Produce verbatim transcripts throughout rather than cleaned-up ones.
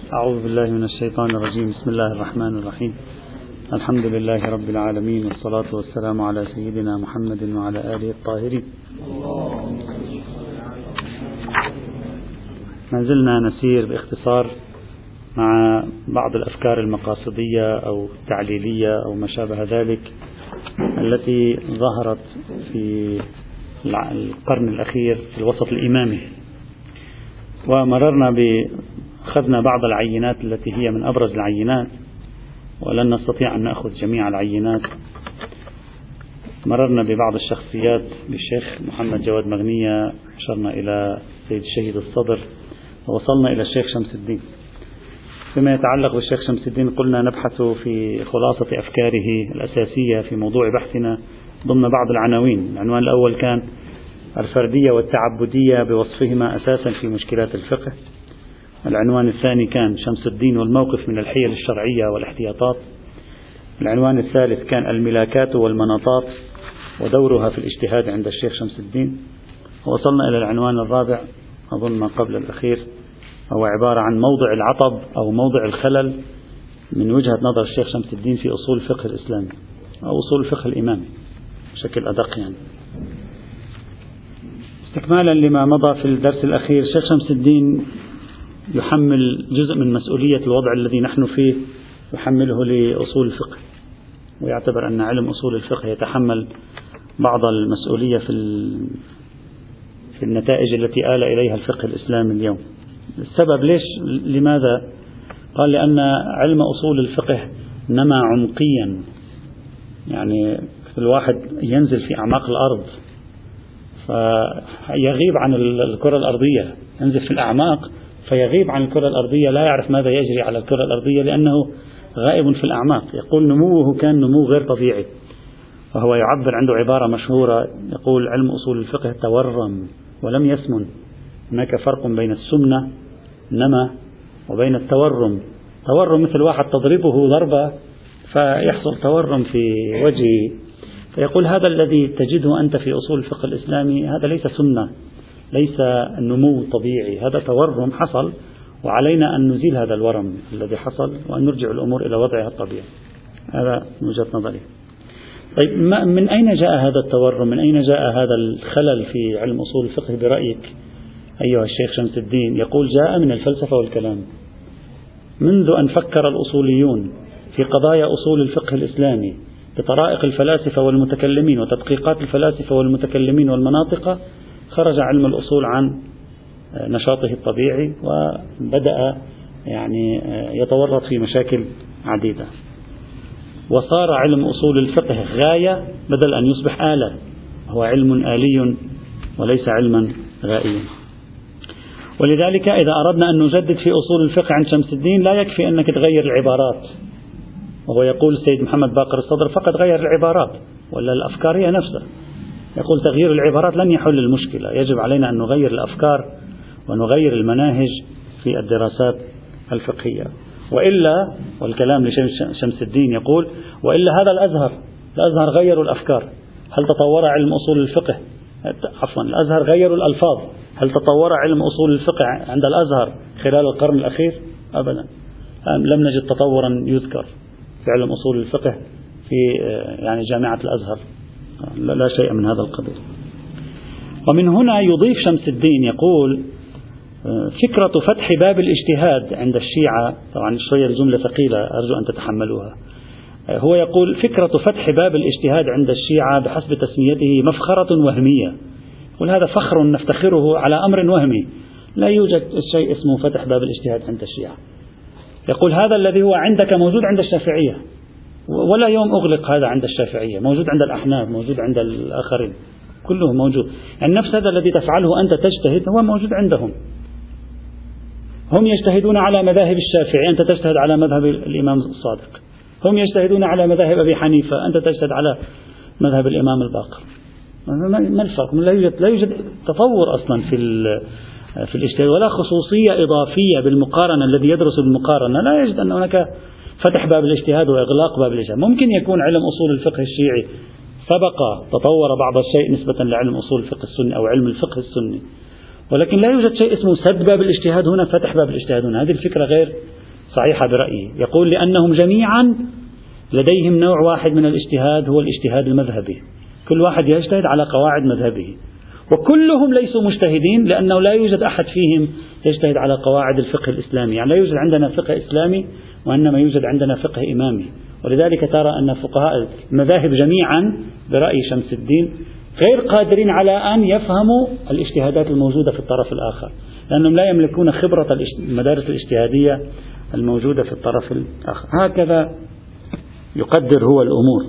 أعوذ بالله من الشيطان الرجيم. بسم الله الرحمن الرحيم. الحمد لله رب العالمين، والصلاة والسلام على سيدنا محمد وعلى آله الطاهرين. ما زلنا نسير باختصار مع بعض الأفكار المقاصدية أو التعليلية أو ما شابه ذلك التي ظهرت في القرن الأخير في الوسط الإمامي، ومررنا بأخذنا بعض العينات التي هي من أبرز العينات، ولن نستطيع أن نأخذ جميع العينات. مررنا ببعض الشخصيات بالشيخ محمد جواد مغنية، أشرنا إلى سيد الشهيد الصدر، ووصلنا إلى الشيخ شمس الدين. فيما يتعلق بالشيخ شمس الدين قلنا نبحث في خلاصة أفكاره الأساسية في موضوع بحثنا ضمن بعض العناوين. العنوان الأول كان الفردية والتعبدية بوصفهما أساسا في مشكلات الفقه. العنوان الثاني كان شمس الدين والموقف من الحيل الشرعية والاحتياطات. العنوان الثالث كان الملاكات والمناطات ودورها في الاجتهاد عند الشيخ شمس الدين. ووصلنا إلى العنوان الرابع أظن ما قبل الأخير، هو عبارة عن موضع العطب أو موضع الخلل من وجهة نظر الشيخ شمس الدين في أصول الفقه الإسلامي أو أصول الفقه الإمامي بشكل أدق. يعني استكمالا لما مضى في الدرس الأخير، الشيخ شمس الدين يحمل جزء من مسؤولية الوضع الذي نحن فيه، يحمله لأصول الفقه، ويعتبر أن علم أصول الفقه يتحمل بعض المسؤولية في في النتائج التي آل إليها الفقه الإسلامي اليوم. السبب ليش؟ لماذا؟ قال لأن علم أصول الفقه نما عمقيا، يعني الواحد ينزل في أعماق الأرض فيغيب عن الكرة الأرضية، ينزل في الأعماق فيغيب عن الكرة الأرضية، لا يعرف ماذا يجري على الكرة الأرضية لأنه غائب في الأعماق. يقول نموه كان نمو غير طبيعي، وهو يعبر عنده عبارة مشهورة يقول علم أصول الفقه تورم ولم يسمن. هناك فرق بين السمنة نما وبين التورم. تورم مثل واحد تضربه ضربة فيحصل تورم في وجهه، فيقول هذا الذي تجده أنت في أصول الفقه الإسلامي هذا ليس سمنة، ليس نمو طبيعي، هذا تورم حصل، وعلينا أن نزيل هذا الورم الذي حصل وأن نرجع الأمور إلى وضعها الطبيعي. هذا من وجهة نظري. طيب من أين جاء هذا التورم؟ من أين جاء هذا الخلل في علم أصول الفقه برأيك أيها الشيخ شمس الدين؟ يقول جاء من الفلسفة والكلام. منذ أن فكر الأصوليون في قضايا أصول الفقه الإسلامي بطرائق الفلاسفة والمتكلمين وتدقيقات الفلاسفة والمتكلمين والمناطق، خرج علم الأصول عن نشاطه الطبيعي وبدأ يعني يتورط في مشاكل عديدة، وصار علم أصول الفقه غاية بدل أن يصبح آلة. هو علم آلي وليس علما غائيا. ولذلك إذا أردنا أن نجدد في أصول الفقه عند شمس الدين لا يكفي أنك تغير العبارات، وهو يقول السيد محمد باقر الصدر فقط غير العبارات، ولا الأفكار هي نفسها. يقول تغيير العبارات لن يحل المشكلة، يجب علينا أن نغير الأفكار ونغير المناهج في الدراسات الفقهية. وإلا، والكلام لشمس الدين يقول وإلا هذا الأزهر الأزهر غيروا الأفكار، هل تطور علم أصول الفقه؟ عفوا الأزهر غيروا الألفاظ، هل تطور علم أصول الفقه عند الأزهر خلال القرن الأخير؟ أبدا، لم نجد تطورا يذكر في علم أصول الفقه في يعني جامعة الأزهر، لا شيء من هذا القبيل. ومن هنا يضيف شمس الدين يقول فكرة فتح باب الاجتهاد عند الشيعة، طبعا شوية الجملة ثقيلة أرجو أن تتحملوها. هو يقول فكرة فتح باب الاجتهاد عند الشيعة بحسب تسميته مفخرة وهمية. يقول هذا فخر نفتخره على أمر وهمي، لا يوجد شيء اسمه فتح باب الاجتهاد عند الشيعة. يقول هذا الذي هو عندك موجود عند الشافعية، ولا يوم أغلق هذا عند الشافعية، موجود عند الأحناف، موجود عند الآخرين، كله موجود. يعني نفس هذا الذي تفعله أنت تجتهد هو موجود عندهم. هم يجتهدون على مذاهب الشافعي، أنت تجتهد على مذهب الإمام الصادق. هم يجتهدون على مذاهب أبي حنيفة، أنت تجتهد على مذهب الإمام الباقر. ما الفرق؟ لا يوجد لا يوجد تطور أصلا في في الاجتهاد، ولا خصوصية إضافية بالمقارنة. الذي يدرس بالمقارنة لا يجد أن هناك فتح باب الاجتهاد وإغلاق باب الاجتهاد. ممكن يكون علم أصول الفقه الشيعي سبق تطور بعض الشيء نسبة لعلم أصول الفقه السني أو علم الفقه السني، ولكن لا يوجد شيء اسمه سد باب الاجتهاد هنا فتح باب الاجتهاد هنا. هذه الفكرة غير صحيحة برأيي. يقول لأنهم جميعا لديهم نوع واحد من الاجتهاد، هو الاجتهاد المذهبي، كل واحد يجتهد على قواعد مذهبه، وكلهم ليسوا مجتهدين لأنه لا يوجد أحد فيهم يجتهد على قواعد الفقه الإسلامي. يعني لا يوجد عندنا فقه إسلامي وإنما يوجد عندنا فقه إمامي. ولذلك ترى أن فقهاء المذاهب جميعا برأي شمس الدين غير قادرين على أن يفهموا الاجتهادات الموجودة في الطرف الآخر، لأنهم لا يملكون خبرة المدارس الاجتهادية الموجودة في الطرف الآخر. هكذا يقدر هو الأمور.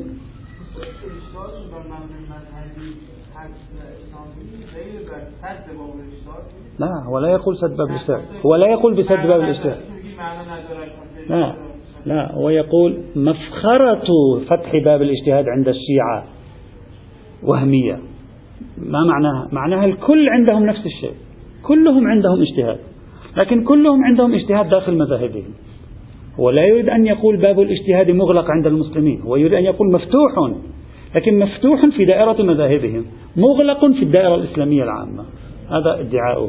لا، هو لا يقول سد باب الاجتهاد، هو لا يقول بسد باب الاجتهاد، لا لا، هو يقول مفخرة فتح باب الاجتهاد عند الشيعة وهمية. ما معناها؟ معناها الكل عندهم نفس الشيء، كلهم عندهم اجتهاد، لكن كلهم عندهم اجتهاد داخل مذاهبهم. هو لا يريد أن يقول باب الاجتهاد مغلق عند المسلمين، هو يريد أن يقول مفتوح، لكن مفتوح في دائرة مذاهبهم، مغلق في الدائرة الإسلامية العامة. هذا ادعاؤه.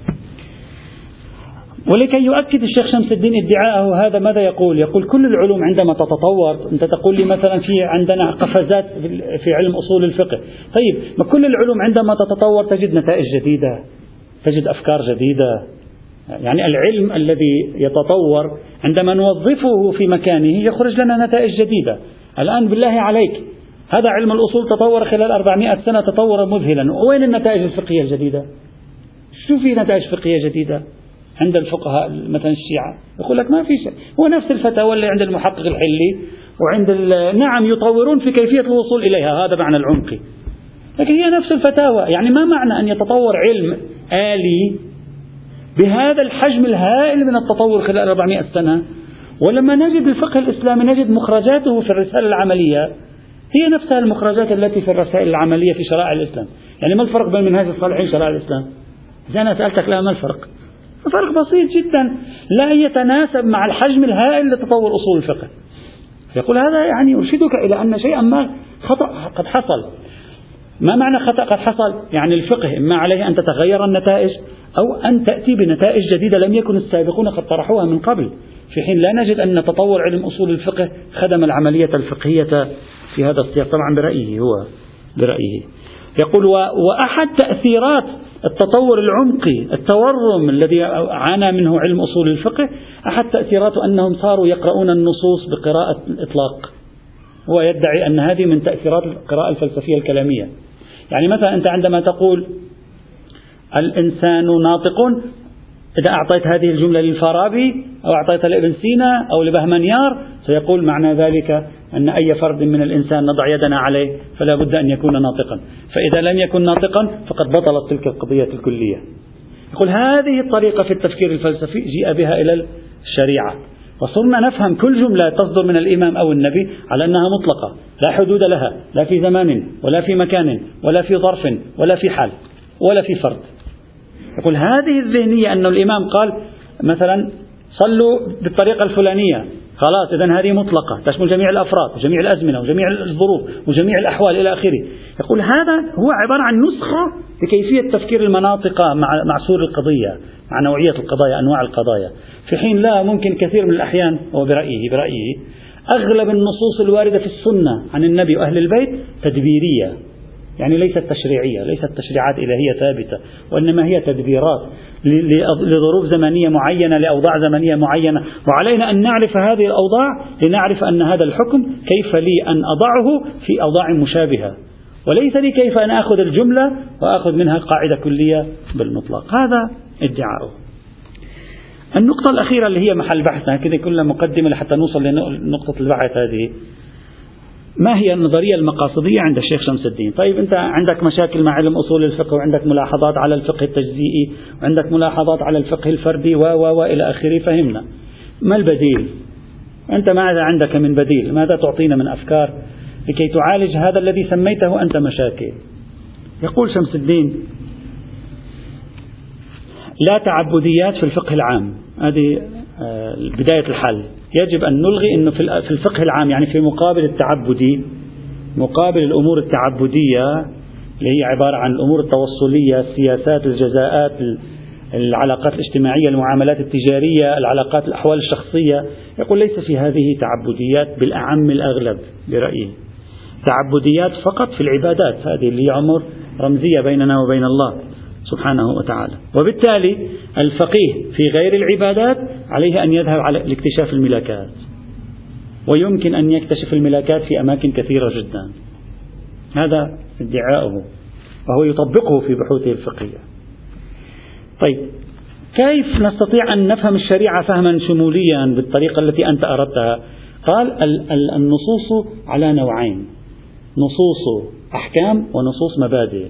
ولكي يؤكد الشيخ شمس الدين ادعاءه هذا ماذا يقول؟ يقول كل العلوم عندما تتطور، أنت تقول لي مثلا في عندنا قفزات في علم أصول الفقه، طيب ما كل العلوم عندما تتطور تجد نتائج جديدة، تجد أفكار جديدة. يعني العلم الذي يتطور عندما نوظفه في مكانه يخرج لنا نتائج جديدة. الآن بالله عليك هذا علم الأصول تطور خلال أربعمائة سنة تطور مذهلا، وين النتائج الفقهية الجديدة؟ شو في نتائج فقهية جديدة عند الفقهاء مثلا الشيعة؟ يقول لك ما في شيء، هو نفس الفتاوى اللي عند المحقق الحلي وعند نعم يطورون في كيفية الوصول إليها، هذا معنى العمق، لكن هي نفس الفتاوى. يعني ما معنى أن يتطور علم آلي بهذا الحجم الهائل من التطور خلال أربعمائة سنة، ولما نجد الفقه الإسلامي نجد مخرجاته في الرسالة العملية هي نفسها المخرجات التي في الرسائل العملية في شرائع الإسلام. يعني ما الفرق بين منهاج الصالحين وشرائع الإسلام؟ إذا أنا سألتك لا، ما الفرق؟ فرق بسيط جدا لا يتناسب مع الحجم الهائل لتطور أصول الفقه. يقول هذا يعني يرشدك إلى أن شيئا ما خطأ قد حصل. ما معنى خطأ قد حصل؟ يعني الفقه إما عليه أن تتغير النتائج أو أن تأتي بنتائج جديدة لم يكن السابقون قد طرحوها من قبل، في حين لا نجد أن تطور علم أصول الفقه خدم العملية الفقهية في هذا السياق. طبعا برأيه هو برأيه يقول وأحد تأثيرات التطور العمقي التورم الذي عانى منه علم أصول الفقه، أحد تأثيراته أنهم صاروا يقرؤون النصوص بقراءة الإطلاق. هو يدعي أن هذه من تأثيرات القراءة الفلسفية الكلامية. يعني مثلا أنت عندما تقول الإنسان ناطق، إذا أعطيت هذه الجملة للفارابي أو أعطيتها لابن سينا أو لبهمنيار سيقول معنى ذلك أن أي فرد من الإنسان نضع يدنا عليه فلا بد أن يكون ناطقا، فإذا لم يكن ناطقا فقد بطلت تلك القضية الكلية. يقول هذه الطريقة في التفكير الفلسفي جيء بها إلى الشريعة، وصرنا نفهم كل جملة تصدر من الإمام أو النبي على أنها مطلقة لا حدود لها، لا في زمان ولا في مكان ولا في ظرف ولا في حال ولا في فرد. يقول هذه الذهنية أن الإمام قال مثلا صلوا بالطريقة الفلانية، خلاص إذن هذه مطلقة تشمل جميع الأفراد وجميع الأزمنة وجميع الظروف وجميع الأحوال إلى آخره. يقول هذا هو عبارة عن نسخة لكيفية تفكير المناطق مع مع سور القضية، مع نوعية القضايا، أنواع القضايا، في حين لا ممكن كثير من الأحيان وبرأيه برأيه أغلب النصوص الواردة في السنة عن النبي وأهل البيت تدبيرية، يعني ليست تشريعية، ليست تشريعات إلهية ثابتة، وإنما هي تدبيرات لظروف زمنية معينة، لأوضاع زمنية معينة، وعلينا أن نعرف هذه الأوضاع لنعرف أن هذا الحكم كيف لي أن أضعه في أوضاع مشابهة، وليس لي كيف أن أخذ الجملة وأخذ منها قاعدة كلية بالمطلق. هذا ادعاؤه. النقطة الأخيرة اللي هي محل بحثنا كده كلها مقدمة لحتى نوصل لنقطة البحث هذه، ما هي النظرية المقاصدية عند الشيخ شمس الدين؟ طيب أنت عندك مشاكل مع علم أصول الفقه، وعندك ملاحظات على الفقه التجزئي، وعندك ملاحظات على الفقه الفردي و و وإلى آخره، فهمنا. ما البديل؟ أنت ماذا عندك من بديل؟ ماذا تعطينا من أفكار لكي تعالج هذا الذي سميته أنت مشاكل؟ يقول شمس الدين لا تعبديات في الفقه العام، هذه بداية الحل. يجب أن نلغي أنه في الفقه العام، يعني في مقابل التعبدي، مقابل الأمور التعبدية اللي هي عبارة عن الأمور التوصلية، السياسات، الجزاءات، العلاقات الاجتماعية، المعاملات التجارية، العلاقات، الأحوال الشخصية. يقول ليس في هذه تعبديات بالأعم الأغلب برأيه، تعبديات فقط في العبادات، هذه اللي هي أمور رمزية بيننا وبين الله سبحانه وتعالى. وبالتالي الفقيه في غير العبادات عليه أن يذهب على الاكتشاف الملاكات، ويمكن أن يكتشف الملاكات في أماكن كثيرة جدا، هذا ادعاؤه وهو يطبقه في بحوثه الفقهية. طيب، كيف نستطيع أن نفهم الشريعة فهما شموليا بالطريقة التي أنت أردتها؟ قال النصوص على نوعين، نصوص أحكام ونصوص مبادئ.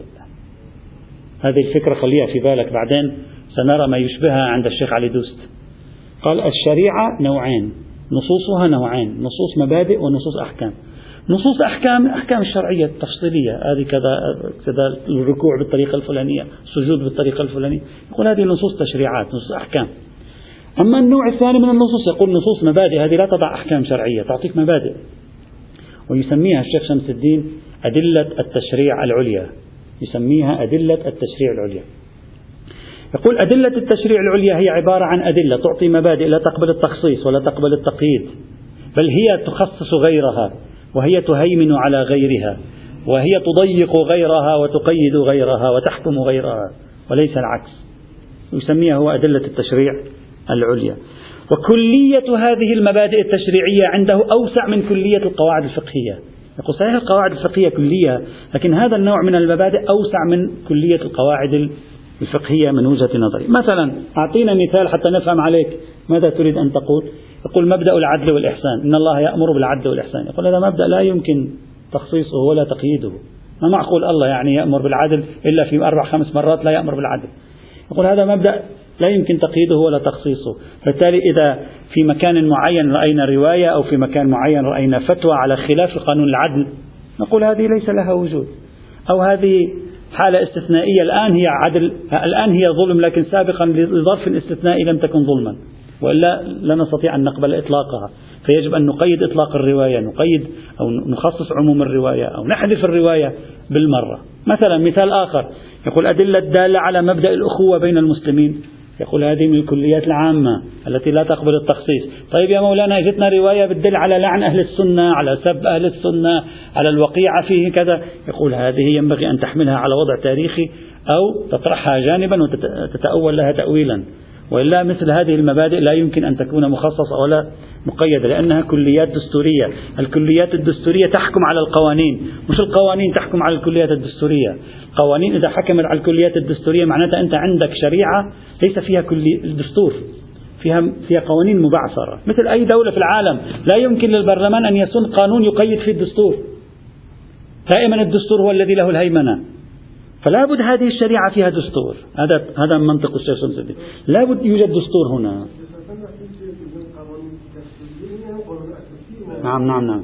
هذه الفكرة خليها في بالك، بعدين سنرى ما يشبهها عند الشيخ علي دوست. قال الشريعة نوعين، نصوصها نوعين، نصوص مبادئ ونصوص أحكام. نصوص أحكام، أحكام الشرعية التفصيلية، هذه كذا كذا، الركوع بالطريقة الفلانية، السجود بالطريقة الفلانية، يقول هذه نصوص تشريعات، نصوص أحكام. أما النوع الثاني من النصوص يقول نصوص مبادئ، هذه لا تضع أحكام شرعية، تعطيك مبادئ، ويسميها الشيخ شمس الدين أدلة التشريع العليا، يسميها أدلة التشريع العليا. يقول أدلة التشريع العليا هي عبارة عن أدلة تعطي مبادئ لا تقبل التخصيص ولا تقبل التقييد، بل هي تخصص غيرها، وهي تهيمن على غيرها، وهي تضيق غيرها وتقيد غيرها وتحكم غيرها، وليس العكس. يسميها هو أدلة التشريع العليا. وكلية هذه المبادئ التشريعية عنده أوسع من كلية القواعد الفقهية. يقول صحيح القواعد الفقهية كلية، لكن هذا النوع من المبادئ أوسع من كلية القواعد الفقهية من وجهة نظري. مثلا أعطينا مثال حتى نفهم عليك ماذا تريد أن تقول. يقول مبدأ العدل والإحسان، إن الله يأمر بالعدل والإحسان. يقول هذا مبدأ لا يمكن تخصيصه ولا تقييده، ما معقول الله يعني يأمر بالعدل إلا في أربع خمس مرات لا يأمر بالعدل. يقول هذا مبدأ لا يمكن تقييده ولا تخصيصه. بالتالي إذا في مكان معين رأينا رواية أو في مكان معين رأينا فتوى على خلاف قانون العدل، نقول هذه ليس لها وجود، أو هذه حالة استثنائية الآن هي عدل، الآن هي ظلم، لكن سابقا لظرف استثنائي لم تكن ظلما، وإلا لا نستطيع أن نقبل إطلاقها. فيجب أن نقيد إطلاق الرواية، نقيد أو نخصص عموم الرواية أو نحذف الرواية بالمرة. مثلا مثال آخر يقول أدلة دالة على مبدأ الأخوة بين المسلمين، يقول هذه من الكليات العامة التي لا تقبل التخصيص. طيب يا مولانا جتنا رواية بتدل على لعن أهل السنة، على سب أهل السنة، على الوقيعة فيه كذا، يقول هذه ينبغي أن تحملها على وضع تاريخي أو تطرحها جانبا وتتأول لها تأويلا، وإلا مثل هذه المبادئ لا يمكن أن تكون مخصصة ولا مقيدة، لأنها كليات دستورية. الكليات الدستورية تحكم على القوانين، مش القوانين تحكم على الكليات الدستورية. القوانين إذا حكمت على الكليات الدستورية معناتها أنت عندك شريعة ليس فيها كلية الدستور، فيها فيها قوانين مبعثرة مثل أي دولة في العالم. لا يمكن للبرلمان أن يصن قانون يقيد فيه الدستور، دائما الدستور هو الذي له الهيمنة. فلا بد هذه الشريعة فيها دستور، هذا هذا منطق الشيخ شمس الدين، لا بد يوجد دستور هنا. نعم نعم نعم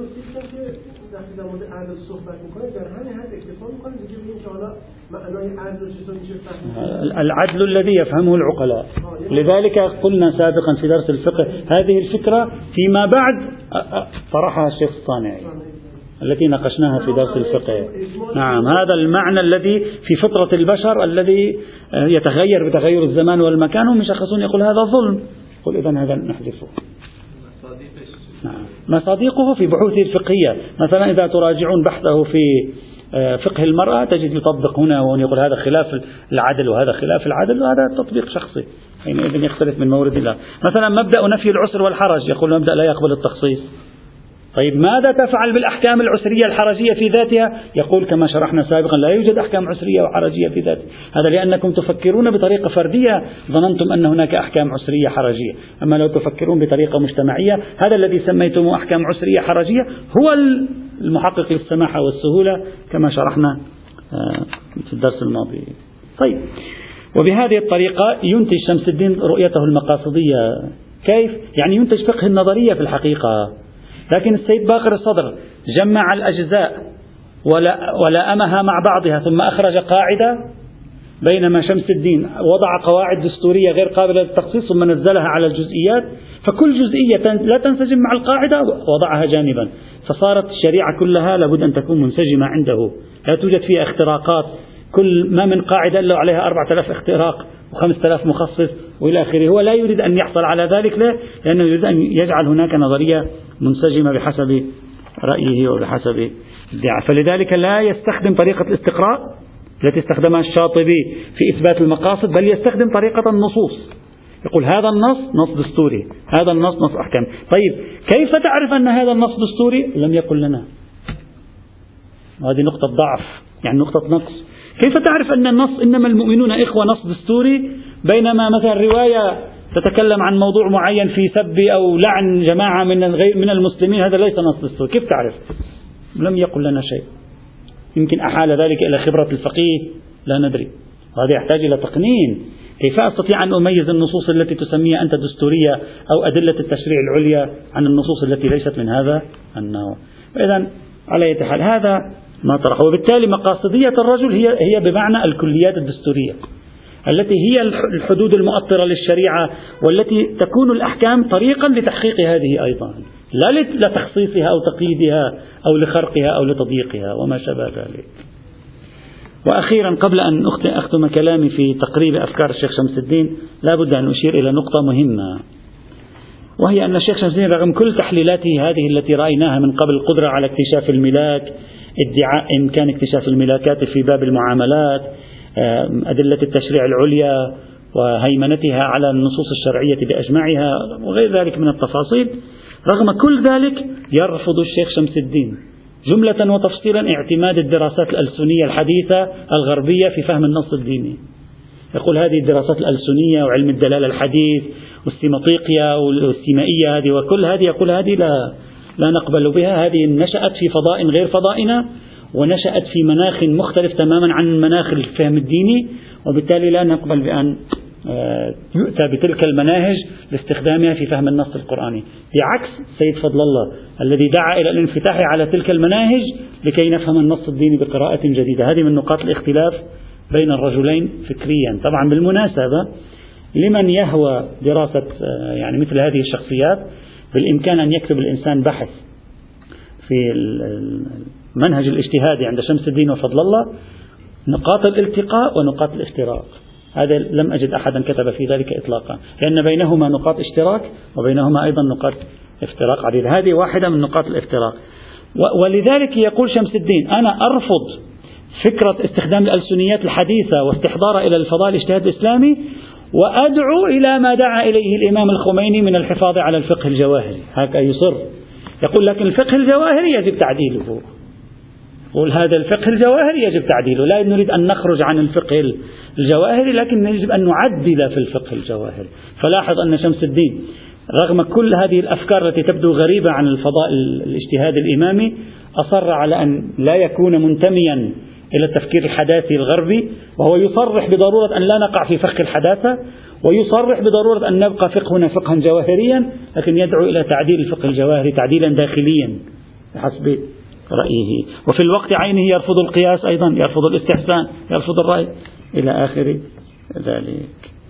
العدل الذي يفهمه العقلاء. لذلك قلنا سابقا في درس الفقه هذه الفكرة فيما بعد طرحها الشيخ الصانعي التي ناقشناها في درس الفقه. نعم، هذا المعنى الذي في فطرة البشر الذي يتغير بتغير الزمان والمكان، هم يشخصون يقول هذا ظلم، يقول إذن هذا نحذفه. نعم، مصادقه في بحوثه الفقهية. مثلا إذا تراجعون بحثه في فقه المرأة تجد يطبق هنا وهنا، يقول هذا خلاف العدل وهذا خلاف العدل، وهذا تطبيق شخصي حينئذ يختلف من مورد الله. مثلا مبدأ نفي العسر والحرج، يقول مبدأ لا يقبل التخصيص. طيب ماذا تفعل بالأحكام العسرية الحرجية في ذاتها؟ يقول كما شرحنا سابقا لا يوجد أحكام عسرية وحرجية في ذاتها، هذا لأنكم تفكرون بطريقة فردية ظننتم أن هناك أحكام عسرية حرجية. أما لو تفكرون بطريقة مجتمعية، هذا الذي سميتموه أحكام عسرية حرجية هو المحقق للسماحة والسهولة كما شرحنا في الدرس الماضي. طيب، وبهذه الطريقة ينتج شمس الدين رؤيته المقاصدية. كيف؟ يعني ينتج فقه النظرية في الحقيقة. لكن السيد باقر الصدر جمع الأجزاء ولا ولأمها مع بعضها ثم أخرج قاعدة، بينما شمس الدين وضع قواعد دستورية غير قابلة للتخصيص ثم نزلها على الجزئيات، فكل جزئية لا تنسجم مع القاعدة وضعها جانبا، فصارت الشريعة كلها لابد أن تكون منسجمة عنده، لا توجد فيها اختراقات، كل ما من قاعدة إلا عليها أربعة آلاف اختراق وخمسة آلاف مخصص وإلى آخره. هو لا يريد أن يحصل على ذلك، لا، لأنه يريد أن يجعل هناك نظرية منسجمة بحسب رأيه وبحسب ادعاء. فلذلك لا يستخدم طريقة الاستقراء التي استخدمها الشاطبي في إثبات المقاصد، بل يستخدم طريقة النصوص. يقول هذا النص نص دستوري، هذا النص نص أحكام. طيب كيف تعرف أن هذا النص دستوري؟ لم يقل لنا. وهذه نقطة ضعف، يعني نقطة نقص. كيف تعرف أن النص إنما المؤمنون إخوة نص دستوري، بينما مثلا رواية تتكلم عن موضوع معين في سب أو لعن جماعة من من المسلمين هذا ليس نص دستوري؟ كيف تعرف؟ لم يقل لنا شيء. يمكن أحال ذلك إلى خبرة الفقيه، لا ندري. وهذا يحتاج إلى تقنين. كيف أستطيع أن أميز النصوص التي تسميها أنت دستورية أو أدلة التشريع العليا عن النصوص التي ليست من هذا النوع؟ فإذا على أي حال هذا ما طرحه. وبالتالي مقاصدية الرجل هي هي بمعنى الكليات الدستورية التي هي الحدود المؤطرة للشريعة، والتي تكون الأحكام طريقا لتحقيق هذه أيضا، لا لتخصيصها أو تقييدها أو لخرقها أو لتضييقها وما شابه ذلك. وأخيرا قبل أن أختم كلامي في تقريب أفكار الشيخ شمس الدين، لا بد أن أشير إلى نقطة مهمة، وهي أن الشيخ شمس الدين رغم كل تحليلاته هذه التي رأيناها من قبل، القدرة على اكتشاف الملاك، ادعاء إمكان اكتشاف الملاكات في باب المعاملات، أدلة التشريع العليا وهيمنتها على النصوص الشرعية بأجمعها وغير ذلك من التفاصيل، رغم كل ذلك يرفض الشيخ شمس الدين جملة وتفصيلا اعتماد الدراسات الألسنية الحديثة الغربية في فهم النص الديني. يقول هذه الدراسات الألسنية وعلم الدلالة الحديث والسيماطيقية والسيمائية هذه وكل هذه، يقول هذه لا لا نقبل بها، هذه نشأت في فضاء غير فضائنا، ونشأت في مناخ مختلف تماما عن مناخ الفهم الديني، وبالتالي لا نقبل بأن يؤتى بتلك المناهج لاستخدامها في فهم النص القرآني، بعكس سيد فضل الله الذي دعا إلى الانفتاح على تلك المناهج لكي نفهم النص الديني بقراءة جديدة. هذه من نقاط الاختلاف بين الرجلين فكريا. طبعا بالمناسبة لمن يهوى دراسة يعني مثل هذه الشخصيات، بالإمكان أن يكتب الإنسان بحث في المنهج الاجتهادي عند شمس الدين وفضل الله، نقاط الالتقاء ونقاط الافتراق. هذا لم أجد أحدا كتب في ذلك إطلاقا، لأن بينهما نقاط اشتراك وبينهما أيضا نقاط افتراق عديدة. هذه واحدة من نقاط الافتراق. ولذلك يقول شمس الدين أنا أرفض فكرة استخدام الألسنيات الحديثة واستحضارها إلى الفضاء الاجتهاد الإسلامي، وأدعو إلى ما دعا إليه الإمام الخميني من الحفاظ على الفقه الجواهري. هكذا يصر، يقول لكن الفقه الجواهري يجب تعديله. يقول هذا الفقه الجواهري يجب تعديله، لا نريد أن نخرج عن الفقه الجواهري، لكن يجب أن نعدل في الفقه الجواهري. فلاحظ أن شمس الدين رغم كل هذه الأفكار التي تبدو غريبة عن الفضاء الاجتهاد الإمامي، أصر على أن لا يكون منتميا إلى التفكير الحداثي الغربي، وهو يصرح بضرورة أن لا نقع في فقه الحداثة، ويصرح بضرورة أن نبقى فقهنا فقها جواهريا، لكن يدعو إلى تعديل الفقه الجواهري تعديلا داخليا بحسب رأيه. وفي الوقت عينه يرفض القياس أيضا، يرفض الاستحسان، يرفض الرأي إلى آخر ذلك.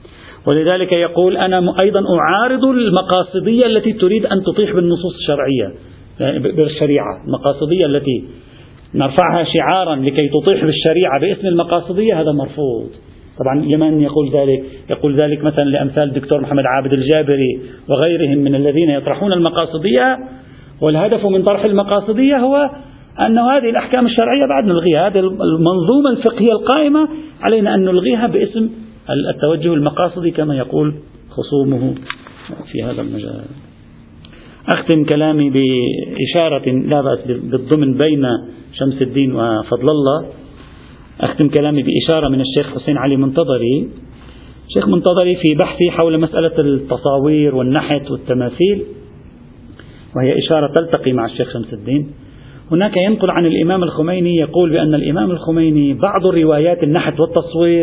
ولذلك يقول أنا أيضا أعارض المقاصدية التي تريد أن تطيح بالنصوص الشرعية، يعني بالشريعة. المقاصدية التي نرفعها شعارا لكي تطيح بالشريعة باسم المقاصدية، هذا مرفوض. طبعا لمن يقول ذلك؟ يقول ذلك مثلا لأمثال الدكتور محمد عابد الجابري وغيرهم من الذين يطرحون المقاصدية، والهدف من طرح المقاصدية هو أن هذه الأحكام الشرعية بعد نلغيها، هذه المنظومة الفقهية القائمة علينا أن نلغيها باسم التوجه المقاصدي كما يقول خصومه في هذا المجال. أختم كلامي بإشارة لا بأس بالضمن بين شمس الدين وفضل الله. أختم كلامي بإشارة من الشيخ حسين علي منتظري. الشيخ منتظري في بحثي حول مسألة التصاوير والنحت والتماثيل، وهي إشارة تلتقي مع الشيخ شمس الدين، هناك ينقل عن الإمام الخميني يقول بأن الإمام الخميني بعض الروايات النحت والتصوير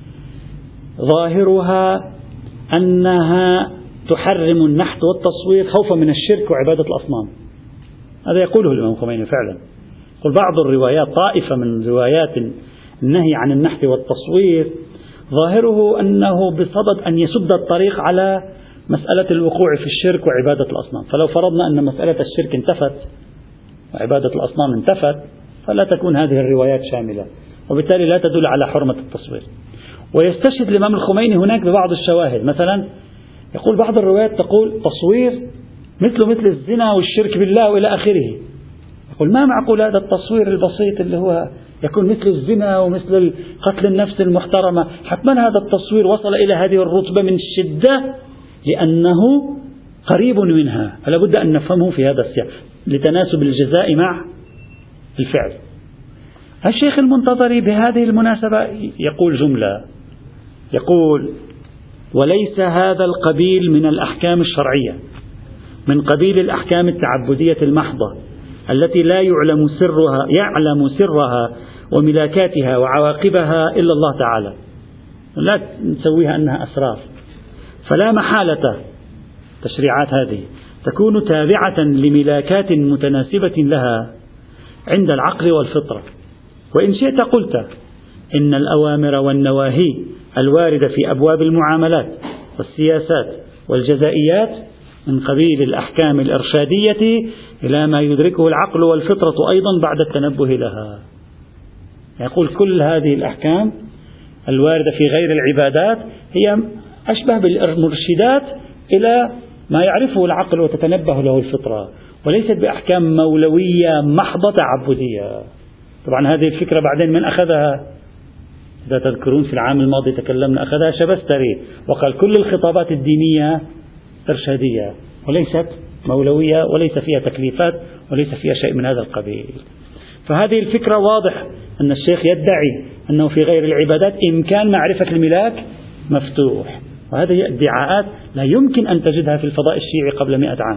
ظاهرها أنها تحرم النحت والتصوير خوفا من الشرك وعبادة الأصنام. هذا يقوله الإمام الخميني فعلا. يقول بعض الروايات، طائفة من روايات النهي عن النحت والتصوير، ظاهره أنه بصدد أن يسد الطريق على مسألة الوقوع في الشرك وعبادة الأصنام. فلو فرضنا أن مسألة الشرك انتفت وعبادة الأصنام انتفت، فلا تكون هذه الروايات شاملة، وبالتالي لا تدل على حرمة التصوير. ويستشهد الإمام الخميني هناك ببعض الشواهد. مثلا يقول بعض الروايات تقول تصوير مثل مثل الزنا والشرك بالله وإلى آخره. يقول ما معقول هذا التصوير البسيط اللي هو يكون مثل الزنا ومثل قتل النفس المحترمة، حتما هذا التصوير وصل إلى هذه الرتبة من الشدة لأنه قريب منها، فلا بد أن نفهمه في هذا السياق لتناسب الجزاء مع الفعل. الشيخ المنتظري بهذه المناسبة يقول جملة، يقول: وليس هذا القبيل من الأحكام الشرعية، من قبيل الأحكام التعبدية المحضة التي لا يعلم سرها يعلم سرها وملاكاتها وعواقبها إلا الله تعالى، لا نسويها أنها أسرار. فلا محالة تشريعات هذه تكون تابعة لملاكات متناسبة لها عند العقل والفطرة. وإن شئت قلت إن الأوامر والنواهي الواردة في أبواب المعاملات والسياسات والجزائيات من قبيل الأحكام الإرشادية إلى ما يدركه العقل والفطرة أيضا بعد التنبه لها. يقول كل هذه الأحكام الواردة في غير العبادات هي أشبه بالمرشدات إلى ما يعرفه العقل وتتنبه له الفطرة، وليست بأحكام مولوية محضة تعبدية. طبعا هذه الفكرة بعدين من أخذها؟ إذا تذكرون في العام الماضي تكلمنا، أخذها شبستري وقال كل الخطابات الدينية إرشادية وليست مولوية وليس فيها تكليفات وليس فيها شيء من هذا القبيل. فهذه الفكرة واضح أن الشيخ يدعي أنه في غير العبادات إمكان معرفة الملاك مفتوح، وهذه ادعاءات لا يمكن أن تجدها في الفضاء الشيعي قبل مئة عام.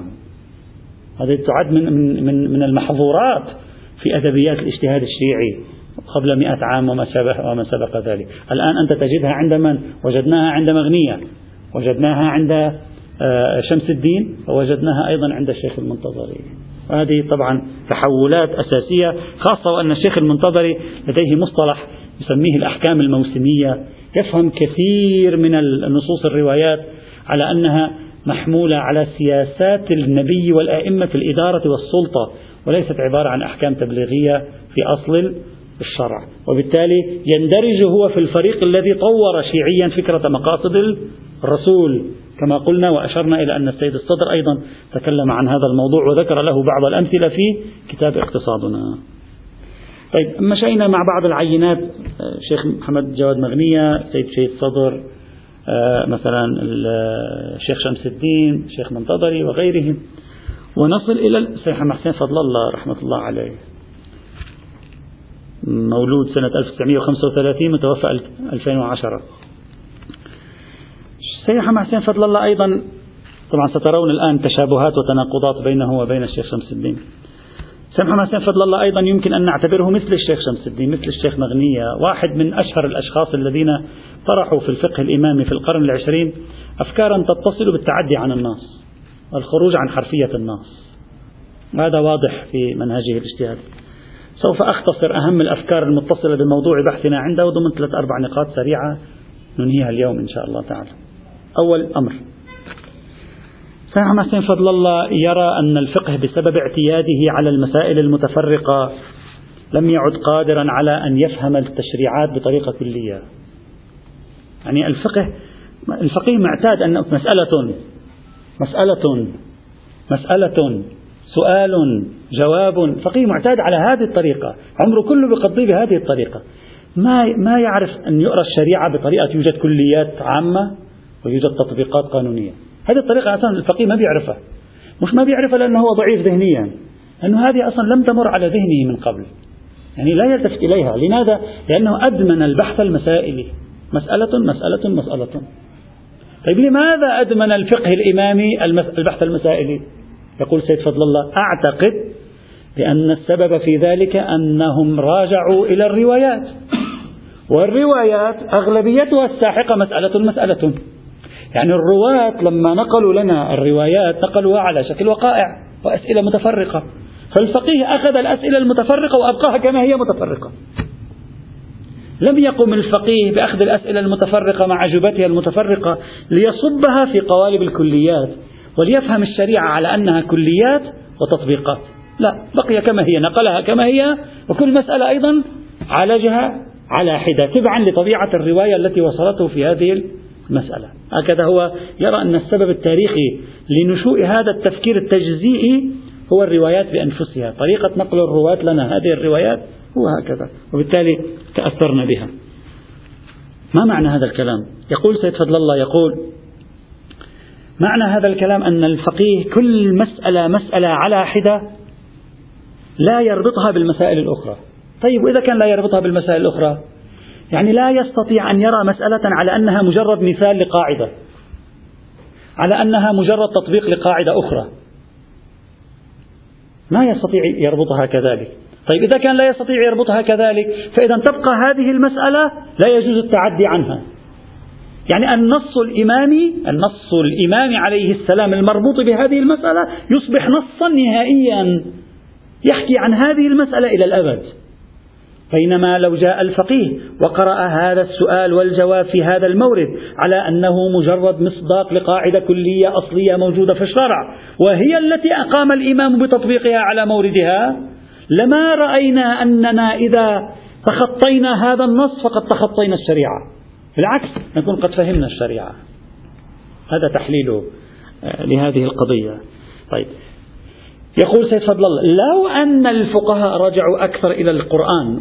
هذه تعد من, من, من المحظورات في أدبيات الاجتهاد الشيعي قبل مئة عام وما سبق, وما سبق ذلك. الآن أنت تجدها عند من؟ وجدناها عند مغنية، وجدناها عند شمس الدين، ووجدناها أيضا عند الشيخ المنتظري. وهذه طبعا تحولات أساسية، خاصة وأن الشيخ المنتظري لديه مصطلح يسميه الأحكام الموسمية، يفهم كثير من النصوص الروايات على أنها محمولة على سياسات النبي والآئمة في الإدارة والسلطة، وليست عبارة عن أحكام تبليغية في أصل الشرع. وبالتالي يندرج هو في الفريق الذي طور شيعيا فكرة مقاصد الرسول كما قلنا، وأشرنا إلى أن السيد الصدر أيضا تكلم عن هذا الموضوع وذكر له بعض الأمثلة في كتاب اقتصادنا. طيب، مشينا مع بعض العينات، الشيخ محمد جواد مغنية، سيد سيد صدر، مثلا الشيخ شمس الدين، الشيخ منتظري وغيرهم، ونصل إلى الشيخ محسن فضل الله رحمة الله عليه، مولود سنة ألف وتسعمئة وخمسة وثلاثين متوفى ألفين وعشرة. الشيخ محسن فضل الله أيضا طبعا سترون الآن تشابهات وتناقضات بينه وبين الشيخ شمس الدين. الشيخ محمد حسين فضل الله أيضا يمكن أن نعتبره مثل الشيخ شمس الدين، مثل الشيخ مغنية، واحد من أشهر الأشخاص الذين طرحوا في الفقه الإمامي في القرن العشرين أفكارا تتصل بالتعدي عن النص والخروج عن حرفية النص. هذا واضح في منهجه الاجتهادي. سوف أختصر أهم الأفكار المتصلة بموضوع بحثنا عنده ضمن ثلاث أربع نقاط سريعة ننهيها اليوم إن شاء الله تعالى. أول أمر، الشيخ محمد حسين فضل الله يرى أن الفقه بسبب اعتياده على المسائل المتفرقة لم يعد قادرا على أن يفهم التشريعات بطريقة كلية. يعني الفقه الفقيه معتاد أن مسألة مسألة مسألة سؤال جواب، فقيه معتاد على هذه الطريقة، عمره كله بقضي بهذه الطريقة، ما ما يعرف أن يقرأ الشريعة بطريقة يوجد كليات عامة ويوجد تطبيقات قانونية. هذه الطريقة أصلا الفقيه ما بيعرفها، مش ما بيعرفها لأنه هو ضعيف ذهنيا، لأنه هذه أصلا لم تمر على ذهنه من قبل، يعني لا يلتفت إليها. لماذا؟ لأنه أدمن البحث المسائلي، مسألة مسألة مسألة. طيب لماذا أدمن الفقه الإمامي البحث المسائلي؟ يقول سيد فضل الله: أعتقد بأن السبب في ذلك أنهم راجعوا إلى الروايات، والروايات أغلبيتها الساحقة مسألة مسألة. يعني الرواة لما نقلوا لنا الروايات نقلوها على شكل وقائع وأسئلة متفرقة، فالفقيه أخذ الأسئلة المتفرقة وأبقاها كما هي متفرقة. لم يقم الفقيه بأخذ الأسئلة المتفرقة مع أجوبتها المتفرقة ليصبها في قوالب الكليات وليفهم الشريعة على أنها كليات وتطبيقات، لا، بقي كما هي، نقلها كما هي، وكل مسألة أيضا عالجها على حدة تبعا لطبيعة الرواية التي وصلته في هذه المسألة. هكذا هو يرى أن السبب التاريخي لنشوء هذا التفكير التجزئي هو الروايات بأنفسها، طريقة نقل الرواة لنا هذه الروايات هو هكذا، وبالتالي تأثرنا بها. ما معنى هذا الكلام؟ يقول سيد فضل الله، يقول معنى هذا الكلام أن الفقيه كل مسألة مسألة على حدة لا يربطها بالمسائل الأخرى. طيب وإذا كان لا يربطها بالمسائل الأخرى، يعني لا يستطيع أن يرى مسألة على أنها مجرد مثال لقاعدة، على أنها مجرد تطبيق لقاعدة أخرى، ما يستطيع يربطها كذلك. طيب إذا كان لا يستطيع يربطها كذلك، فإذا تبقى هذه المسألة لا يجوز التعدي عنها. يعني النص الإمامي النص الإمامي عليه السلام المربوط بهذه المسألة يصبح نصا نهائيا يحكي عن هذه المسألة إلى الأبد. بينما لو جاء الفقيه وقرأ هذا السؤال والجواب في هذا المورد على أنه مجرد مصداق لقاعدة كلية أصلية موجودة في الشرع وهي التي أقام الإمام بتطبيقها على موردها، لما رأينا أننا إذا تخطينا هذا النص فقد تخطينا الشريعة، بالعكس نكون قد فهمنا الشريعة. هذا تحليله لهذه القضية. طيب يقول سيد فضل الله، لو أن الفقهاء رجعوا أكثر إلى القرآن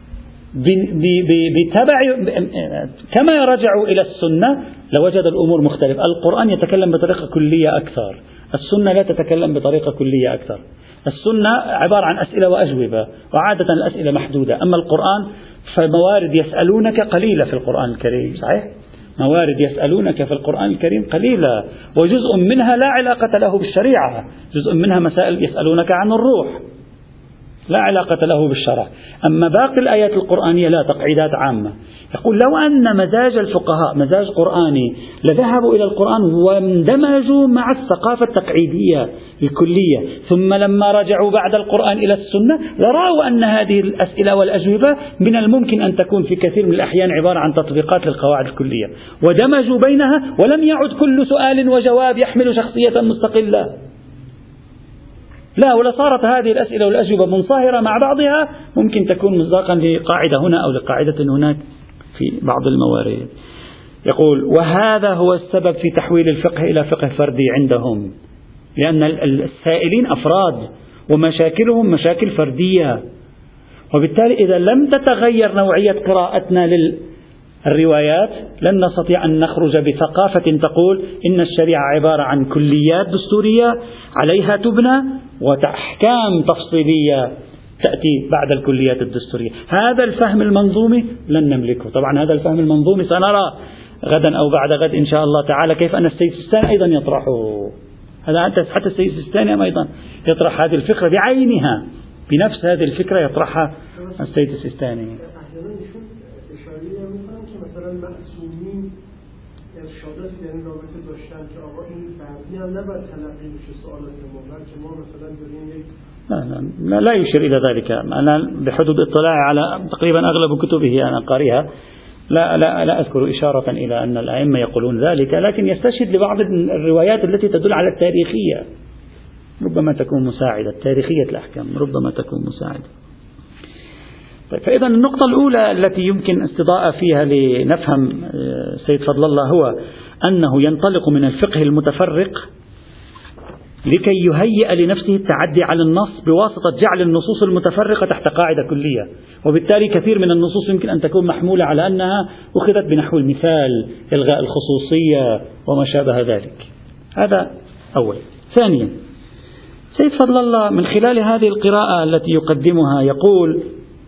بتبع كما رجعوا إلى السنة لوجد الأمور مختلفة. القرآن يتكلم بطريقة كلية أكثر، السنة لا تتكلم بطريقة كلية أكثر. السنة عبارة عن أسئلة وأجوبة، وعادة الأسئلة محدودة. أما القرآن فموارد يسألونك قليلة في القرآن الكريم، صحيح؟ موارد يسألونك في القرآن الكريم قليلة، وجزء منها لا علاقة له بالشريعة، جزء منها مسائل يسألونك عن الروح لا علاقة له بالشرع. أما باقي الآيات القرآنية لا، تقعيدات عامة. يقول لو أن مزاج الفقهاء مزاج قرآني لذهبوا إلى القرآن واندمجوا مع الثقافة التقعيدية الكلية، ثم لما رجعوا بعد القرآن إلى السنة لرأوا أن هذه الأسئلة والأجوبة من الممكن أن تكون في كثير من الأحيان عبارة عن تطبيقات للقواعد الكلية، ودمجوا بينها ولم يعد كل سؤال وجواب يحمل شخصية مستقلة، لا، ولا صارت هذه الأسئلة والأجوبة منصهرة مع بعضها، ممكن تكون مصداقا لقاعدة هنا أو لقاعدة هناك في بعض الموارد. يقول وهذا هو السبب في تحويل الفقه إلى فقه فردي عندهم، لأن السائلين أفراد ومشاكلهم مشاكل فردية، وبالتالي إذا لم تتغير نوعية قراءتنا للروايات لن نستطيع أن نخرج بثقافة تقول إن الشريعة عبارة عن كليات دستورية عليها تبنى وأحكام تفصيلية تأتي بعد الكليات الدستورية. هذا الفهم المنظومي لن نملكه. طبعا هذا الفهم المنظومي سنرى غدا أو بعد غد إن شاء الله تعالى كيف أن السيد السيستاني أيضا يطرحه. هذا حتى السيد السيستاني أيضا يطرح هذه الفكرة بعينها، بنفس هذه الفكرة يطرحها السيد السيستاني. لا, لا, لا يشير إلى ذلك. أنا بحدود اطلاعي على تقريبا أغلب كتبه أنا قارئها، لا, لا, لا أذكر إشارة إلى أن الأئمة يقولون ذلك، لكن يستشهد لبعض الروايات التي تدل على التاريخية، ربما تكون مساعدة، تاريخية الأحكام ربما تكون مساعدة. طيب فإذا النقطة الأولى التي يمكن استضاءة فيها لنفهم سيد فضل الله هو أنه ينطلق من الفقه المتفرق لكي يهيئ لنفسه التعدي على النص بواسطة جعل النصوص المتفرقة تحت قاعدة كلية، وبالتالي كثير من النصوص يمكن أن تكون محمولة على أنها أخذت بنحو المثال، إلغاء الخصوصية وما شابه ذلك. هذا أول. ثانيا سيد فضل الله من خلال هذه القراءة التي يقدمها يقول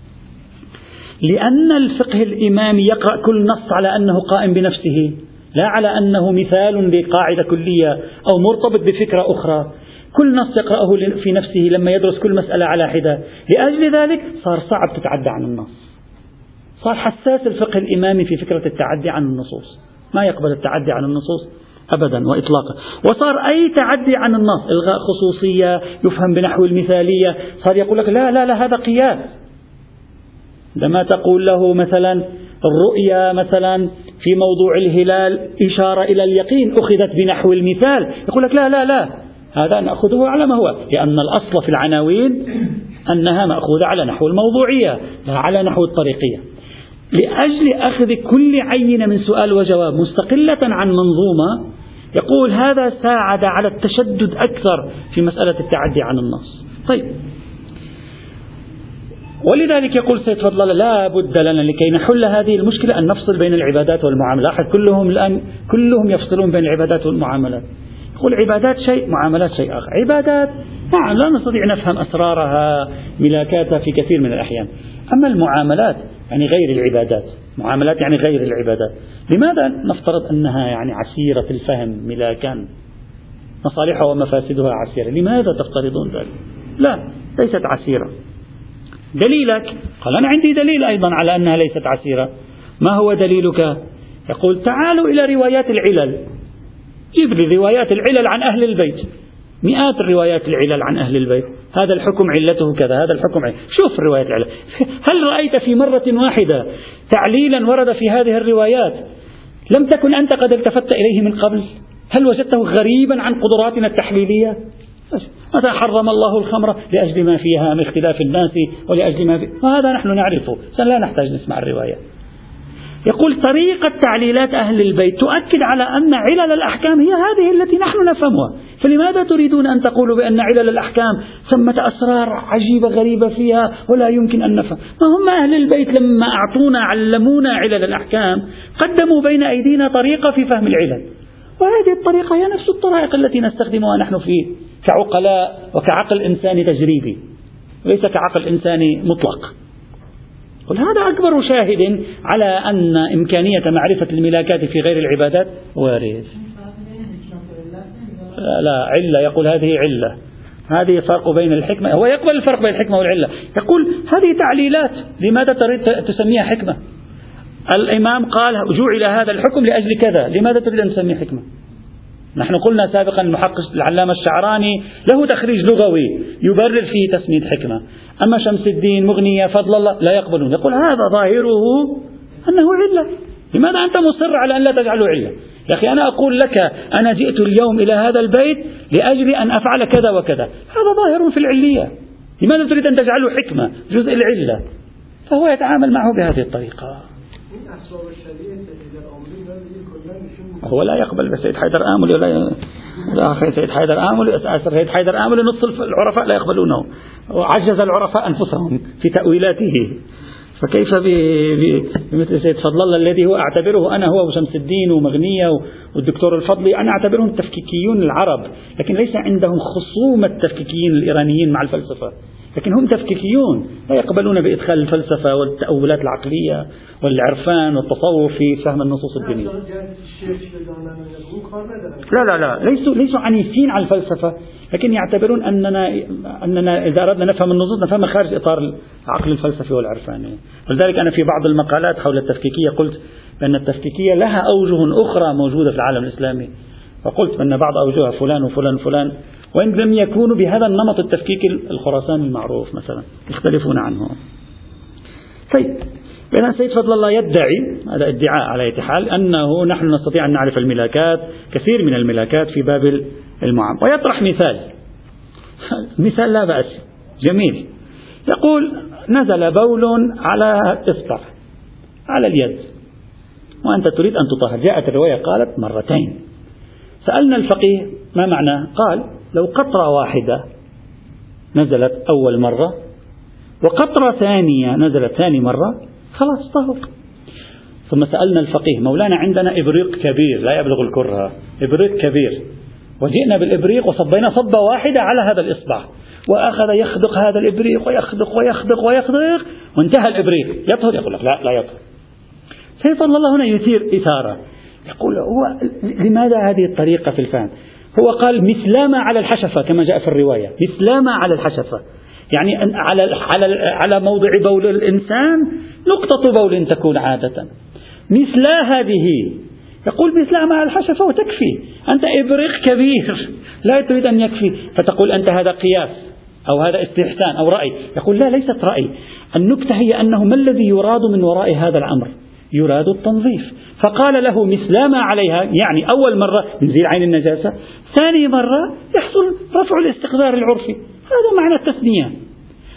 لأن الفقه الإمامي يقرأ كل نص على أنه قائم بنفسه، لا على أنه مثال لقاعدة كلية أو مرتبط بفكرة أخرى. كل نص يقرأه في نفسه لما يدرس كل مسألة على حدة، لأجل ذلك صار صعب تتعدى عن النص، صار حساس الفقه الإمامي في فكرة التعدي عن النصوص، ما يقبل التعدي عن النصوص أبدا وإطلاقا. وصار أي تعدي عن النص، إلغاء خصوصية يفهم بنحو المثالية، صار يقول لك لا لا لا هذا قياس. لما تقول له مثلا الرؤيا مثلا في موضوع الهلال إشارة إلى اليقين أخذت بنحو المثال، يقول لك لا لا لا هذا نأخذه على ما هو، لأن الأصل في العناوين أنها مأخوذة على نحو الموضوعية لا على نحو الطريقية. لأجل أخذ كل عينة من سؤال وجواب مستقلة عن منظومة، يقول هذا ساعد على التشدد أكثر في مسألة التعدي عن النص. طيب، ولذلك يقول سيد فضل الله لا بد لنا لكي نحل هذه المشكلة أن نفصل بين العبادات والمعاملات. كلهم الآن كلهم يفصلون بين العبادات والمعاملات. يقول عبادات شيء، معاملات شيء آخر. عبادات نعم لا نستطيع نفهم أسرارها ملاكاتها في كثير من الأحيان، أما المعاملات يعني غير العبادات، معاملات يعني غير العبادات. لماذا نفترض أنها يعني عسيرة الفهم ملاكا، مصالحها ومفاسدها عسيرة؟ لماذا تفترضون ذلك؟ لا، ليست عسيرة. دليلك؟ قال أنا عندي دليل أيضا على أنها ليست عسيرة. ما هو دليلك؟ يقول تعالوا إلى روايات العلل، جيب لي روايات العلل عن أهل البيت، مئات الروايات العلل عن أهل البيت، هذا الحكم علته كذا، هذا الحكم علته. شوف روايات العلل، هل رأيت في مرة واحدة تعليلا ورد في هذه الروايات لم تكن أنت قد التفت إليه من قبل؟ هل وجدته غريبا عن قدراتنا التحليلية؟ متى حرم الله الخمر؟ لأجل ما فيها من اختلاف الناس ولأجل ما فيه، وهذا نحن نعرفه، لا نحتاج نسمع الرواية. يقول طريقة تعليلات أهل البيت تؤكد على أن علل الأحكام هي هذه التي نحن نفهمها، فلماذا تريدون أن تقولوا بأن علل الأحكام ثمة أسرار عجيبة غريبة فيها ولا يمكن أن نفهم؟ ما هم أهل البيت لما أعطونا علمونا علل الأحكام قدموا بين أيدينا طريقة في فهم العلل، وهذه الطريقة هي نفس الطرائق التي نستخدمها نحن في كعقلاء وكعقل إنساني تجريبي، وليس كعقل إنساني مطلق. وهذا أكبر شاهد على أن إمكانية معرفة الملاكات في غير العبادات وارد. لا, لا علة، يقول هذه علة، هذه فرق بين الحكمة، هو يقبل الفرق بين الحكمة والعلة، يقول هذه تعليلات، لماذا تريد تسميها حكمة؟ الإمام قال جعل هذا الحكم لأجل كذا، لماذا تريد أن تسميه حكمة؟ نحن قلنا سابقا المحقق العلامة الشعراني له تخريج لغوي يبرر فيه تسمية حكمة، أما شمس الدين مغنية فضل الله لا يقبلون، يقول هذا ظاهره أنه علة، لماذا أنت مصر على أن لا تجعله علة؟ يا أخي أنا أقول لك أنا جئت اليوم إلى هذا البيت لأجل أن أفعل كذا وكذا، هذا ظاهر في العلية، لماذا تريد أن تجعله حكمة جزء العلة؟ فهو يتعامل معه بهذه الطريقة. هو لا يقبل بسيد حيدر آمل ولا لا أخي سيد حيدر آمل سيد حيدر آمل نص العرفاء لا يقبلونه، وعجز العرفاء أنفسهم في تأويلاته، فكيف بمثل سيد فضل الله الذي هو أعتبره أنا هو وشمس الدين ومغنية والدكتور الفضلي، أنا أعتبرهم تفكيكيون العرب، لكن ليس عندهم خصومة التفكيكيين الإيرانيين مع الفلسفة، لكن هم تفكيكيون لا يقبلون بإدخال الفلسفة والتأولات العقلية والعرفان والتصوف في فهم النصوص الدينية. لا لا لا ليسوا ليسوا عنيفين على الفلسفة، لكن يعتبرون أننا أننا إذا أردنا نفهم النصوص نفهمها خارج إطار العقل الفلسفي والعرفاني. ولذلك أنا في بعض المقالات حول التفكيكية قلت بأن التفكيكية لها أوجه أخرى موجودة في العالم الإسلامي، وقلت بأن بعض أوجهها فلان وفلان وفلان، وإن لم يكونوا بهذا النمط التفكيكي الخراساني المعروف مثلا يختلفون عنه. طيب، إذن سيد فضل الله يدعي هذا ادعاء على أي حال أنه نحن نستطيع أن نعرف الملاكات، كثير من الملاكات في باب المعاملة، ويطرح مثال مثال لا بأس جميل، يقول نزل بول على إصبع على اليد وأنت تريد أن تطهر، جاءت الرواية قالت مرتين، سألنا الفقيه ما معناه؟ قال لو قطرة واحدة نزلت أول مرة وقطرة ثانية نزلت ثاني مرة خلاص طهر. ثم سألنا الفقيه مولانا عندنا إبريق كبير لا يبلغ الكرة، إبريق كبير، وجئنا بالإبريق وصبينا صبة واحدة على هذا الإصبع، وأخذ يخدق هذا الإبريق ويخدق ويخدق ويخدق وانتهى الإبريق، يطهر؟ يقول لك لا لا يطهر. سيد الله هنا يثير إثارة، يقول هو لماذا هذه الطريقة في الفهم؟ هو قال مثلما على الحشفة كما جاء في الرواية، مثلما على الحشفة، يعني على على على موضع بول الإنسان نقطة بول تكون عادة، مثل هذه، يقول مثلما على الحشفة وتكفي، أنت إبريق كبير لا تريد أن يكفي، فتقول أنت هذا قياس أو هذا استحسان أو رأي، يقول لا ليست رأي، النكتة هي أنه ما الذي يراد من وراء هذا الأمر؟ يراد التنظيف، فقال له مثلما عليها، يعني أول مرة نزيل عين النجاسة، ثاني مرة يحصل رفع الاستقذار العرفي، هذا معنى التثنية.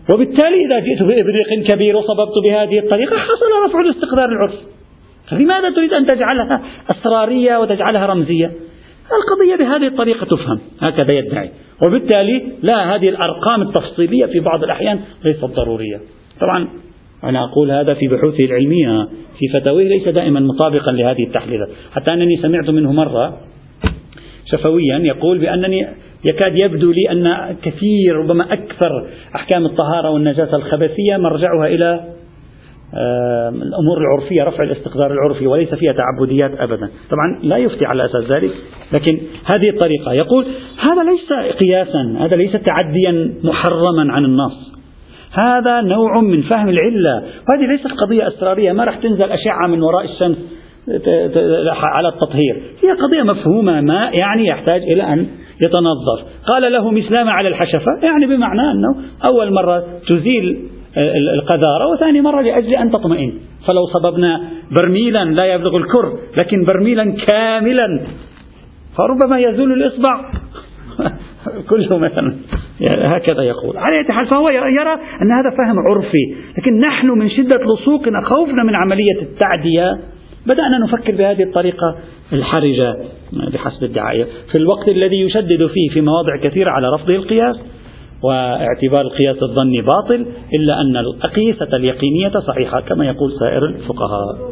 وبالتالي إذا جئت بإبريق كبير وصببت بهذه الطريقة حصل رفع الاستقدار العرفي. فلماذا تريد أن تجعلها أسرارية وتجعلها رمزية؟ القضية بهذه الطريقة تفهم، هكذا يدعي، وبالتالي لا، هذه الأرقام التفصيلية في بعض الأحيان ليست ضرورية. طبعا أنا أقول هذا في بحوثه العلمية، في فتاويه ليس دائما مطابقا لهذه التحليلات، حتى أنني سمعت منه مرة شفويا يقول بأنني يكاد يبدو لي أن كثير ربما أكثر أحكام الطهارة والنجاسة الخبثية مرجعها إلى الأمور العرفية، رفع الاستقدار العرفي، وليس فيها تعبديات أبدا. طبعا لا يفتي على أساس ذلك، لكن هذه الطريقة. يقول هذا ليس قياسا، هذا ليس تعديا محرما عن النص، هذا نوع من فهم العلة، وهذه ليست قضية أسرارية ما راح تنزل أشعة من وراء الشمس على التطهير، هي قضية مفهومة، ما يعني يحتاج إلى أن يتنظف. قال له مسلمة على الحشفة، يعني بمعنى أنه أول مرة تزيل القذارة، وثاني مرة لأجل أن تطمئن. فلو صببنا برميلا لا يبلغ الكر لكن برميلا كاملا فربما يزول الإصبع كله مثلا، هكذا يقول. على أي حال فهو يرى أن هذا فهم عرفي، لكن نحن من شدة لصوقنا خوفنا من عملية التعدية بدأنا نفكر بهذه الطريقة الحرجة بحسب الدعاية، في الوقت الذي يشدد فيه في مواضع كثيرة على رفضه القياس واعتبار القياس الظني باطل، إلا أن الأقيسة اليقينية صحيحة كما يقول سائر الفقهاء.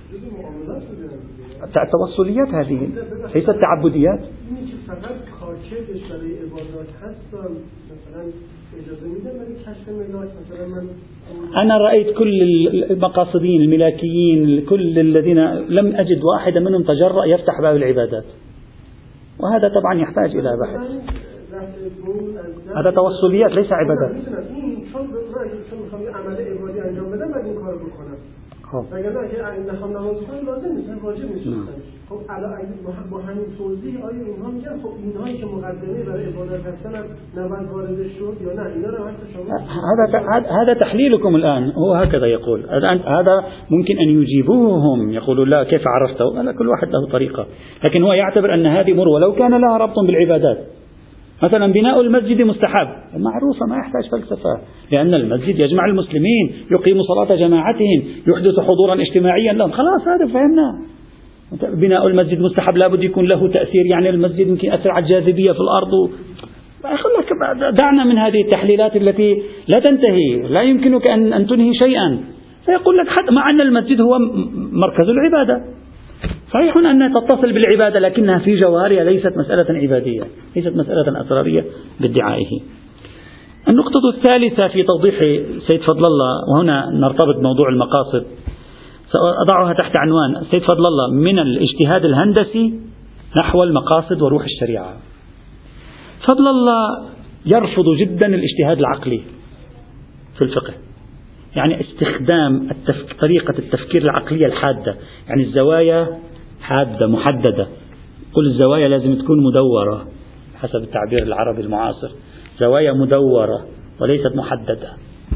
التوصليات هذه ليست تعبديات. أنا رأيت كل المقاصدين الملاكيين، كل الذين لم أجد واحدا منهم تجرأ يفتح باب العبادات، وهذا طبعا يحتاج إلى بحث. هذا توصليات ليس عبادات. هذا هذا تحليلكم الآن هو هكذا يقول. هذا ممكن أن يجيبوه هم، يقولوا لا كيف عرفته؟ لا، كل واحد له طريقة، لكن هو يعتبر أن هذه أمور ولو كان لها ربط بالعبادات. مثلا بناء المسجد مستحب، معروفة ما يحتاج فلسفة، لأن المسجد يجمع المسلمين، يقيم صلاة جماعتهم، يحدث حضورا اجتماعيا لهم، خلاص هذا فهمنا. بناء المسجد مستحب، لابد يكون له تأثير، يعني المسجد يمكن يأثر على الجاذبية في الأرض. دعنا من هذه التحليلات التي لا تنتهي، لا يمكنك أن أن تنهي شيئا. فيقول لك حتى مع أن المسجد هو مركز العبادة، صحيح أنها تتصل بالعبادة لكنها في جوهرها ليست مسألة عبادية، ليست مسألة أسرارية بادعائه. النقطة الثالثة في توضيح سيد فضل الله، وهنا نرتبط بموضوع المقاصد، سأضعها تحت عنوان سيد فضل الله من الاجتهاد الهندسي نحو المقاصد وروح الشريعة. فضل الله يرفض جدا الاجتهاد العقلي في الفقه، يعني استخدام التفك... طريقة التفكير العقلية الحادة، يعني الزوايا حادة محددة، كل الزوايا لازم تكون مدورة حسب التعبير العربي المعاصر، زوايا مدورة وليست محددة.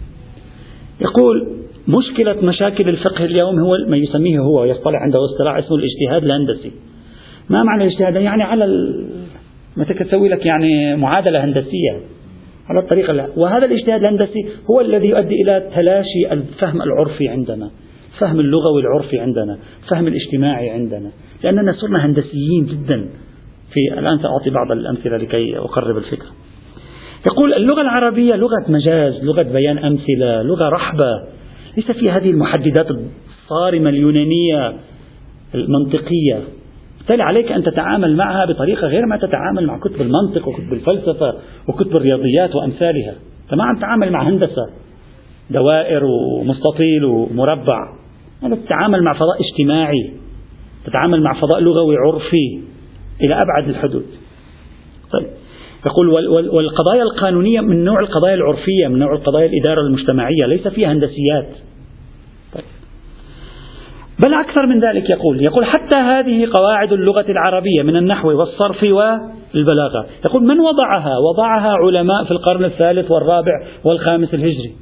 يقول مشكلة مشاكل الفقه اليوم هو ما يسميه هو ويصطلح عنده اصطلاح اسمه الاجتهاد الهندسي. ما معنى الاجتهاد؟ يعني على ال... مثل تسوي لك يعني معادلة هندسية على الطريقة لا. وهذا الاجتهاد الهندسي هو الذي يؤدي إلى تلاشي الفهم العرفي عندنا، فهم اللغوي العرفي عندنا، فهم الاجتماعي عندنا، لأننا صرنا هندسيين جدا. في الآن سأعطي بعض الأمثلة لكي أقرب الفكرة. يقول اللغة العربية لغة مجاز، لغة بيان أمثلة، لغة رحبة، ليس في هذه المحددات الصارمة اليونانية المنطقية. بالتالي عليك أن تتعامل معها بطريقة غير ما تتعامل مع كتب المنطق وكتب الفلسفة وكتب الرياضيات وأمثالها. فما عم تتعامل مع هندسة دوائر ومستطيل ومربع، أنت تتعامل مع فضاء اجتماعي، تتعامل مع فضاء لغوي عرفي إلى أبعد الحدود. طيب يقول والقضايا القانونية من نوع القضايا العرفية، من نوع القضايا الإدارة المجتمعية، ليس فيها هندسيات. طيب بل أكثر من ذلك، يقول يقول حتى هذه قواعد اللغة العربية من النحو والصرف والبلاغة، يقول من وضعها؟ وضعها علماء في القرن الثالث والرابع والخامس الهجري.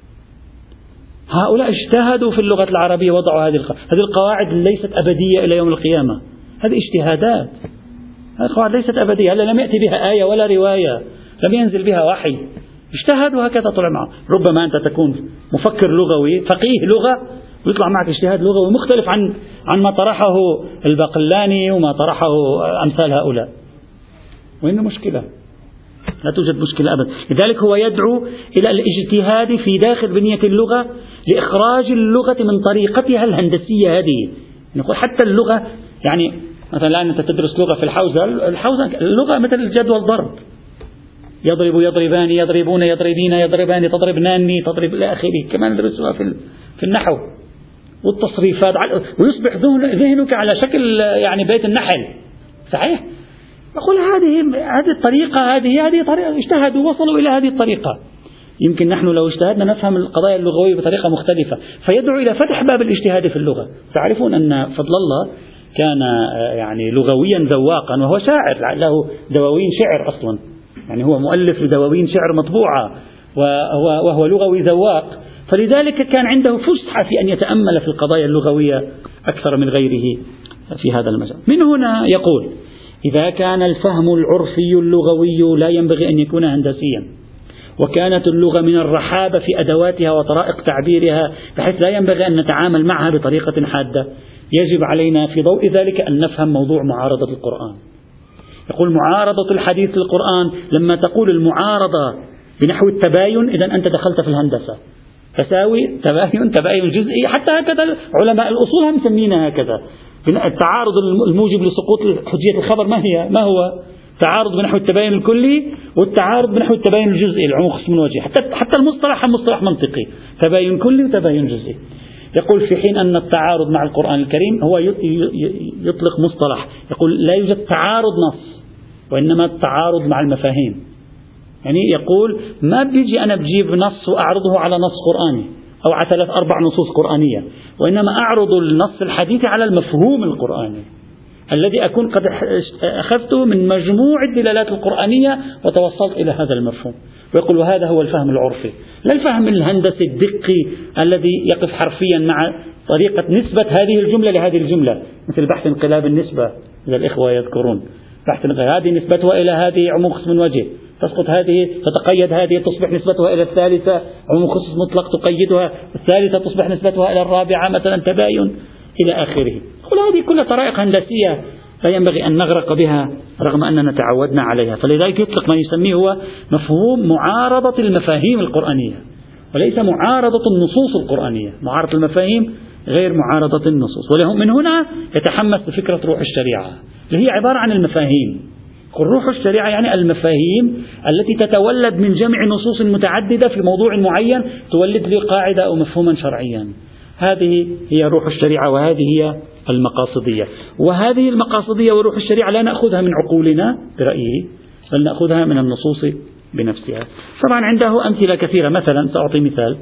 هؤلاء اجتهدوا في اللغة العربية، وضعوا هذه القواعد. هذه القواعد ليست أبدية إلى يوم القيامة، هذه اجتهادات، هذه القواعد ليست أبدية، هلا لم يأتي بها آية ولا رواية، لم ينزل بها وحي، اجتهد وهكذا طلع معه. ربما أنت تكون مفكر لغوي فقيه لغة ويطلع معك اجتهاد لغوي مختلف عن عن ما طرحه الباقلاني وما طرحه أمثال هؤلاء. وإنه مشكلة، لا توجد مشكلة أبدا. لذلك هو يدعو إلى الاجتهاد في داخل بنية اللغة لإخراج اللغة من طريقتها الهندسية هذه. نقول حتى اللغة، يعني مثلا الآن أنت تدرس لغة في الحوزة، الحوزة اللغة مثل الجدول ضرب، يضرب يضربان يضربون يضربين يضربان تضربناني تضرب إلى آخره. كمان ندرسها في في النحو والتصريفات، ويصبح ذهنك على شكل يعني بيت النحل. صحيح؟ أقول هذه هذه الطريقة هذه هذه طريقة اجتهدوا وصلوا إلى هذه الطريقة. يمكن نحن لو اجتهدنا نفهم القضايا اللغوية بطريقة مختلفة، فيدعو إلى فتح باب الاجتهاد في اللغة. تعرفون أن فضل الله كان يعني لغويا ذواقا، وهو شاعر له دواوين شعر أصلا، يعني هو مؤلف لدواوين شعر مطبوعة، وهو, وهو لغوي ذواق، فلذلك كان عنده فسحة في أن يتأمل في القضايا اللغوية أكثر من غيره في هذا المجال. من هنا يقول: إذا كان الفهم العرفي اللغوي لا ينبغي أن يكون هندسيا، وكانت اللغة من الرحابة في أدواتها وطرائق تعبيرها بحيث لا ينبغي أن نتعامل معها بطريقة حادة، يجب علينا في ضوء ذلك أن نفهم موضوع معارضة القرآن. يقول: معارضة الحديث للقرآن، لما تقول المعارضة بنحو التباين إذن أنت دخلت في الهندسة. تساوي تباين تباين جزئي، حتى هكذا علماء الأصول هم مسمينها هكذا. التعارض الموجب لسقوط حجية الخبر ما هي؟ ما هو؟ تعارض بنحو التباين الكلي والتعارض بنحو التباين الجزئي، العموم خصم من وجه. حتى حتى المصطلح مصطلح منطقي، تباين كلي وتباين جزئي. يقول: في حين أن التعارض مع القرآن الكريم هو يطلق مصطلح، يقول لا يوجد تعارض نص، وإنما التعارض مع المفاهيم. يعني يقول ما بيجي أنا بجيب نص وأعرضه على نص قرآني أو على ثلاث أربع نصوص قرآنية، وإنما أعرض النص الحديث على المفهوم القرآني الذي أكون قد أخذته من مجموع الدلالات القرآنية وتوصلت إلى هذا المفهوم. ويقول: وهذا هو الفهم العرفي، لا الفهم الهندسي الدقي الذي يقف حرفيا مع طريقة نسبة هذه الجملة لهذه الجملة، مثل بحث انقلاب النسبة إذا الإخوة يذكرون. بحث هذه نسبتها إلى هذه عموم خصم من وجه، تسقط هذه تتقيد هذه، تصبح نسبتها إلى الثالثة عموم خصوص مطلق تقيدها، الثالثة تصبح نسبتها إلى الرابعة مثلا تباين إلى آخره. قل هذه كلها طرائق هندسية لا ينبغي أن نغرق بها رغم أننا تعودنا عليها. فلذلك يطلق ما يسميه هو مفهوم معارضة المفاهيم القرآنية، وليس معارضة النصوص القرآنية. معارضة المفاهيم غير معارضة النصوص. ومن هنا يتحمس بفكرة روح الشريعة اللي هي عبارة عن المفاهيم. قل روح الشريعة يعني المفاهيم التي تتولد من جمع نصوص متعددة في موضوع معين تولد لي قاعدة أو مفهوما شرعيا. هذه هي روح الشريعة، وهذه هي المقاصدية. وهذه المقاصدية وروح الشريعة لا نأخذها من عقولنا برأيه، بل نأخذها من النصوص بنفسها. طبعا عنده أمثلة كثيرة. مثلا سأعطي مثال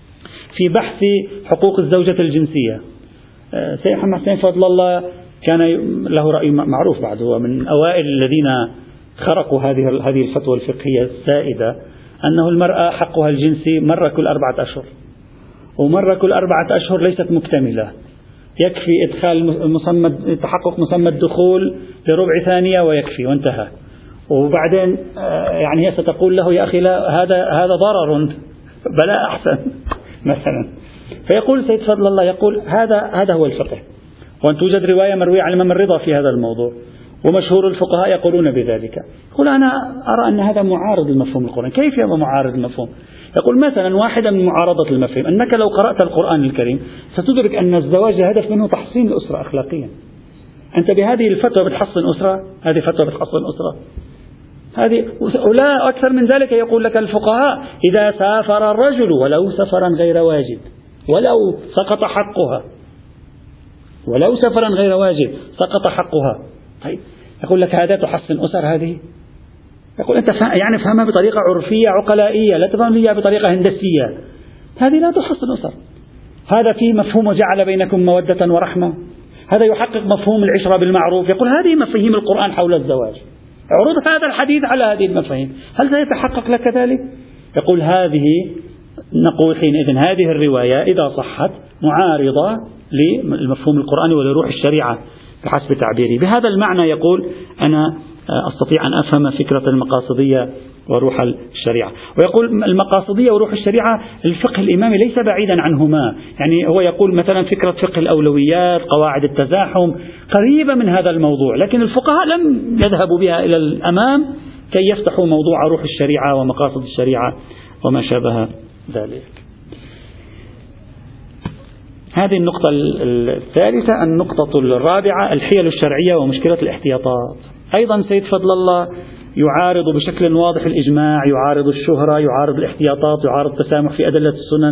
في بحث حقوق الزوجة الجنسية. سيد محمد حسين فضل الله كان له رأي معروف، بعد هو من أوائل الذين خرقوا هذه هذه الفتوى الفقهية السائدة، أنه المرأة حقها الجنسي مرة كل أربعة أشهر، ومرة كل أربعة أشهر ليست مكتملة، يكفي إدخال مسمى تحقق مسمى الدخول لربع ثانية ويكفي وانتهى. وبعدين يعني هي ستقول له: يا أخي لا، هذا هذا ضرر، بلا أحسن مثلا. فيقول سيد فضل الله يقول: هذا هذا هو الفقه. وأن توجد رواية مروية عن الإمام الرضا في هذا الموضوع، ومشهور الفقهاء يقولون بذلك. يقول: أنا أرى أن هذا معارض للمفهوم القرآني. كيف يبقى معارض المفهوم؟ يقول: مثلا واحدة من معارضة المفاهيم أنك لو قرأت القرآن الكريم ستدرك أن الزواج هدف منه تحصين الأسرة أخلاقيا. أنت بهذه الفتوى بتحصن أسرة؟ هذه فتوى بتحصن أسرة؟ هذه ولا أكثر من ذلك. يقول لك الفقهاء: إذا سافر الرجل ولو سفرا غير واجب ولو سقط حقها، ولو سفرا غير واجب سقط حقها. طيب يقول لك هذا تحصن أسر؟ هذه يقول أنت يعني فهمها بطريقة عرفية عقلائية، لا تفهمها بطريقة هندسية. هذه لا تحصن أسر. هذا فيه مفهوم وجعل بينكم مودة ورحمة، هذا يحقق مفهوم العشرة بالمعروف. يقول هذه مفاهيم القرآن حول الزواج، عرض هذا الحديث على هذه المفاهيم، هل سيتحقق لك ذلك؟ يقول هذه نقول حينئذ هذه الرواية إذا صحت معارضة للمفهوم القرآني ولروح الشريعة بحسب تعبيري. بهذا المعنى يقول أنا أستطيع أن أفهم فكرة المقاصدية وروح الشريعة. ويقول المقاصدية وروح الشريعة الفقه الإمامي ليس بعيدا عنهما، يعني هو يقول مثلا فكرة فقه الأولويات، قواعد التزاحم قريبة من هذا الموضوع، لكن الفقهاء لم يذهبوا بها إلى الأمام كي يفتحوا موضوع روح الشريعة ومقاصد الشريعة وما شابه ذلك. هذه النقطة الثالثة. النقطة الرابعة الحيل الشرعية ومشكلة الاحتياطات. أيضا سيد فضل الله يعارض بشكل واضح الإجماع، يعارض الشهرة، يعارض الاحتياطات، يعارض التسامح في أدلة السنن،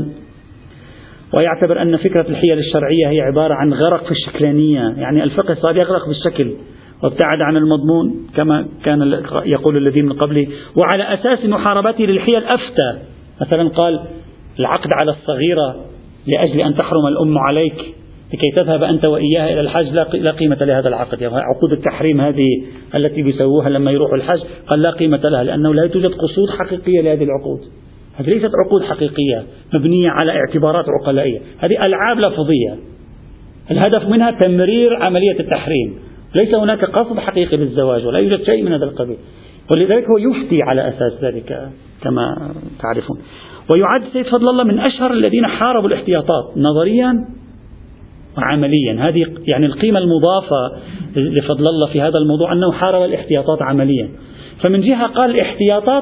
ويعتبر أن فكرة الحيل الشرعية هي عبارة عن غرق في الشكلانية، يعني الفقه صار يغرق بالشكل وابتعد عن المضمون كما كان يقول الذين من قبله، وعلى أساس محاربته للحيل أفتى، مثلا قال العقد على الصغيرة لأجل أن تحرم الأم عليك لكي تذهب أنت وإياها إلى الحج لا قيمة لهذا العقد. يعني عقود التحريم هذه التي بيسووها لما يروحوا الحج قال لا قيمة لها، لأنه لا توجد قصود حقيقية لهذه العقود. هذه ليست عقود حقيقية مبنية على اعتبارات عقلائية، هذه ألعاب لفظية الهدف منها تمرير عملية التحريم، ليس هناك قصد حقيقي للزواج ولا يوجد شيء من هذا القبيل، ولذلك هو يفتي على أساس ذلك كما تعرفون. ويعد سيد فضل الله من أشهر الذين حاربوا الاحتياطات نظريا وعمليا. هذه يعني القيمة المضافة لفضل الله في هذا الموضوع أنه حارب الاحتياطات عمليا. فمن جهة قال الاحتياطات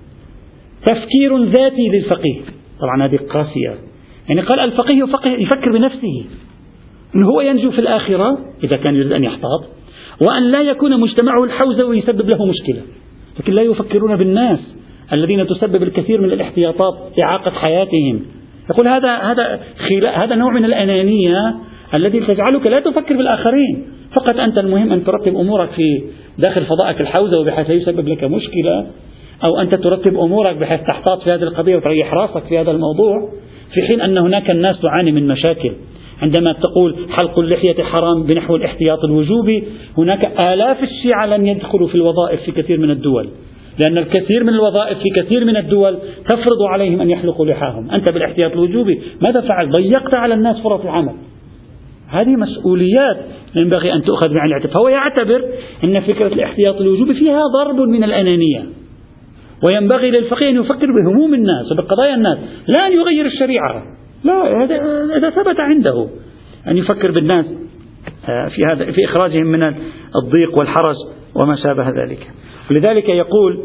تفكير ذاتي للفقيه، طبعا هذه قاسية، يعني قال الفقيه يفكر بنفسه أنه هو ينجو في الآخرة إذا كان يريد أن يحتاط، وأن لا يكون مجتمعه الحوزة ويسبب له مشكلة، لكن لا يفكرون بالناس الذين تسبب الكثير من الاحتياطات إعاقة حياتهم. يقول هذا هذا هذا نوع من الأنانية الذي تجعلك لا تفكر بالآخرين، فقط أنت المهم أن ترتب أمورك في داخل فضائك الحوزة وبحيث لا يسبب لك مشكلة، أو أنت ترتب أمورك بحيث تحتاط في هذه القضية وتريح راسك في هذا الموضوع، في حين أن هناك الناس تعاني من مشاكل. عندما تقول حلق اللحية حرام بنحو الاحتياط الوجوبي، هناك آلاف الشيعة لن يدخلوا في الوظائف في كثير من الدول، لأن الكثير من الوظائف في كثير من الدول تفرض عليهم أن يحلقوا لحاهم. أنت بالاحتياط الوجوبي ماذا فعل؟ ضيقت على الناس فرص العمل. هذه مسؤوليات ينبغي أن تؤخذ بعين الاعتبار. فهو يعتبر أن فكرة الاحتياط الوجوبي فيها ضرب من الأنانية، وينبغي للفقيه أن يفكر بهموم الناس وبقضايا الناس، لا أن يغير الشريعة، لا، هذا ثبت عنده أن يفكر بالناس في هذا في إخراجهم من الضيق والحرج وما شابه ذلك. ولذلك يقول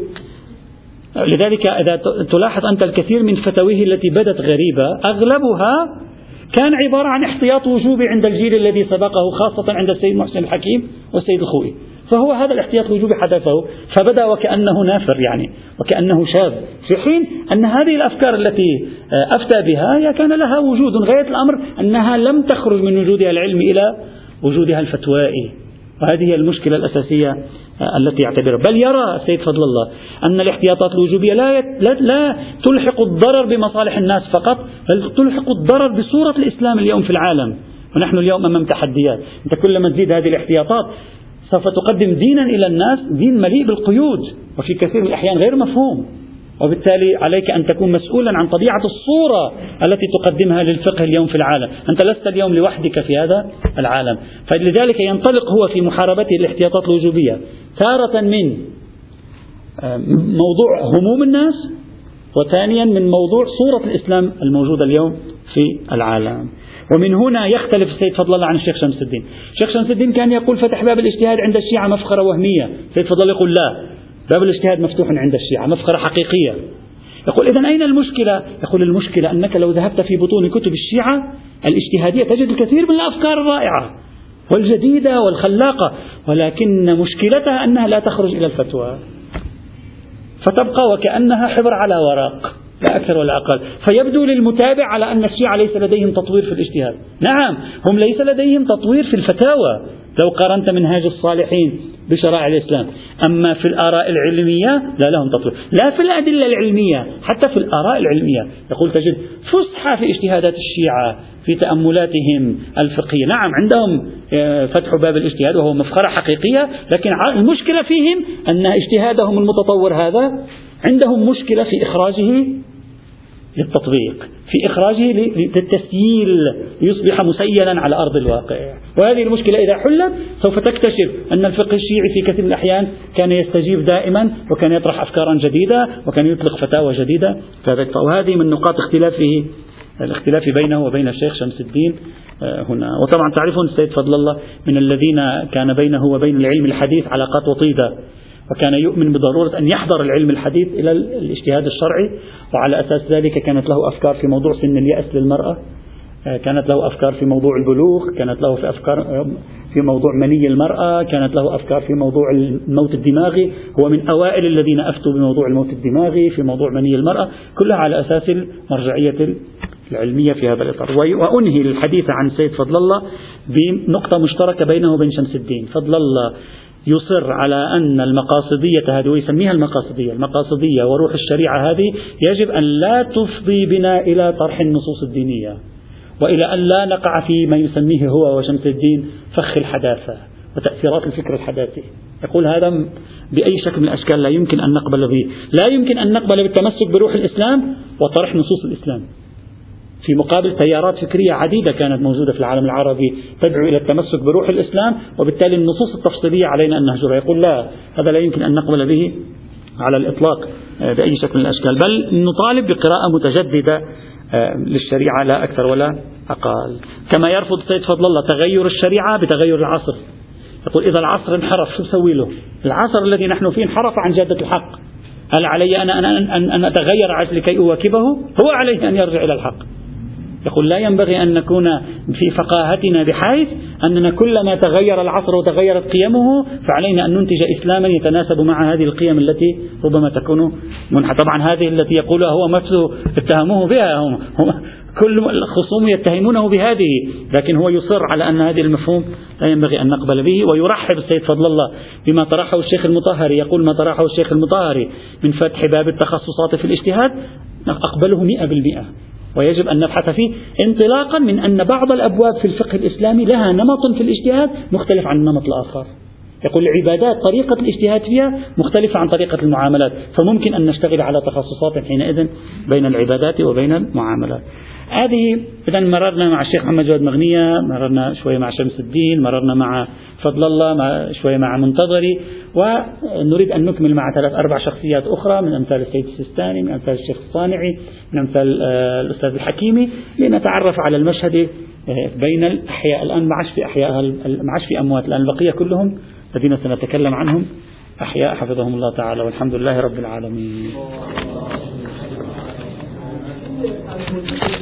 لذلك إذا تلاحظ أنت الكثير من فتاويه التي بدت غريبة أغلبها كان عبارة عن احتياط وجوبي عند الجيل الذي سبقه، خاصة عند السيد محسن الحكيم والسيد الخوئي، فهو هذا الاحتياط الوجوبي حدثه فبدأ وكأنه نافر يعني وكأنه شاذ، في حين أن هذه الأفكار التي أفتى بها هي كان لها وجود، غاية الأمر أنها لم تخرج من وجودها العلمي إلى وجودها الفتوائي، وهذه هي المشكلة الأساسية التي يعتبرها. بل يرى السيد فضل الله أن الاحتياطات الوجوبية لا, لا, لا تلحق الضرر بمصالح الناس فقط، بل تلحق الضرر بصورة الإسلام اليوم في العالم. ونحن اليوم أمام تحديات، أنت كلما تزيد هذه الاحتياطات سوف تقدم دينا إلى الناس، دين مليء بالقيود وفي كثير من الأحيان غير مفهوم، وبالتالي عليك أن تكون مسؤولا عن طبيعة الصورة التي تقدمها للفقه اليوم في العالم. أنت لست اليوم لوحدك في هذا العالم، فلذلك ينطلق هو في محاربته الاحتياطات الوجوبية تارة من موضوع هموم الناس، وثانيا من موضوع صورة الإسلام الموجودة اليوم في العالم. ومن هنا يختلف السيد فضل الله عن الشيخ شمس الدين. الشيخ شمس الدين كان يقول فتح باب الاجتهاد عند الشيعة مفخرة وهمية، السيد فضل الله يقول لا، باب الاجتهاد مفتوح عند الشيعة، مفخرة حقيقية. يقول إذن أين المشكلة؟ يقول المشكلة أنك لو ذهبت في بطون كتب الشيعة الاجتهادية تجد الكثير من الأفكار الرائعة والجديدة والخلاقة، ولكن مشكلتها أنها لا تخرج إلى الفتوى، فتبقى وكأنها حبر على ورق لا أكثر ولا أقل. فيبدو للمتابع على أن الشيعة ليس لديهم تطوير في الاجتهاد. نعم، هم ليس لديهم تطوير في الفتاوى لو قارنت منهاج الصالحين بشرائع الإسلام، أما في الآراء العلمية لا لهم تطوير، لا في الأدلة العلمية، حتى في الآراء العلمية. يقول تجد فسحة في اجتهادات الشيعة في تأملاتهم الفقهية. نعم عندهم فتح باب الاجتهاد وهو مفخرة حقيقية، لكن المشكلة فيهم أن اجتهادهم المتطور هذا عندهم مشكلة في إخراجه للتطبيق، في إخراجه للتسييل ليصبح مسيلا على أرض الواقع. وهذه المشكلة إذا حلت سوف تكتشف أن الفقه الشيعي في كثير من الأحيان كان يستجيب دائما، وكان يطرح أفكارا جديدة، وكان يطلق فتاوى جديدة. وهذه من نقاط اختلافه الاختلاف بينه وبين الشيخ شمس الدين هنا. وطبعا تعرفون السيد فضل الله من الذين كان بينه وبين العلم الحديث علاقات وطيدة، وكان يؤمن بضرورة أن يحضر العلم الحديث إلى الاجتهاد الشرعي، وعلى أساس ذلك كانت له أفكار في موضوع سن اليأس للمرأة، كانت له أفكار في موضوع البلوغ، كانت له في أفكار في موضوع مني المرأة، كانت له أفكار في موضوع الموت الدماغي. هو من أوائل الذين أفتوا بموضوع الموت الدماغي، في موضوع مني المرأة، كلها على أساس المرجعية العلمية في هذا الإطار. وأنهي الحديث عن السيد فضل الله بنقطة مشتركة بينه وبين شمس الدين. فضل الله يصر على أن المقاصدية هذه، ويسميها المقاصدية المقاصدية وروح الشريعة هذه يجب أن لا تفضي بنا إلى طرح النصوص الدينية، وإلى أن لا نقع في ما يسميه هو وشمس الدين فخ الحداثة وتأثيرات الفكر الحداثي. يقول هذا بأي شكل من الأشكال لا يمكن أن نقبل به. لا يمكن أن نقبل بالتمسك بروح الإسلام وطرح نصوص الإسلام في مقابل تيارات فكرية عديدة كانت موجودة في العالم العربي تدعو إلى التمسك بروح الإسلام، وبالتالي النصوص التفصيلية علينا أن نهجرها. يقول لا، هذا لا يمكن أن نقبل به على الإطلاق بأي شكل من الأشكال، بل نطالب بقراءة متجددة للشريعة لا أكثر ولا أقل. كما يرفض السيد فضل الله تغير الشريعة بتغير العصر. يقول إذا العصر انحرف شو بسوي له؟ العصر الذي نحن فيه انحرف عن جادة الحق، هل علي أنا أن, أن, أن أتغير عجل لكي أواكبه؟ هو عليه أن يرجع إلى الحق. يقول لا ينبغي أن نكون في فقاهتنا بحيث أننا كلما تغير العصر وتغيرت قيمه فعلينا أن ننتج إسلاما يتناسب مع هذه القيم التي ربما تكون منحة. طبعا هذه التي يقولها هو نفسه اتهموه بها، هم كل الخصوم يتهمونه بهذه، لكن هو يصر على أن هذه المفهوم لا ينبغي أن نقبل به. ويرحب السيد فضل الله بما طرحه الشيخ المطهري. يقول ما طرحه الشيخ المطهري من فتح باب التخصصات في الاجتهاد أقبله مئة بالمئة، ويجب أن نبحث فيه انطلاقا من أن بعض الأبواب في الفقه الإسلامي لها نمط في الاجتهاد مختلف عن النمط الآخر. يقول العبادات طريقة الاجتهاد فيها مختلفة عن طريقة المعاملات، فممكن أن نشتغل على تخصصات حينئذ بين العبادات وبين المعاملات. هذه إذا مررنا مع الشيخ محمد جواد مغنية، مررنا شوية مع شمس الدين، مررنا مع فضل الله، مع شوية مع منتظري، ونريد أن نكمل مع ثلاث أربع شخصيات أخرى من أمثال السيد السيستاني، من أمثال الشيخ الصانعي، من أمثال الأستاذ الحكيمي، لنتعرف على المشهد بين الأحياء. الآن ما عادش في أحياء، ما عادش في أموات، الآن البقية كلهم الذين سنتكلم عنهم أحياء حفظهم الله تعالى، والحمد لله رب العالمين.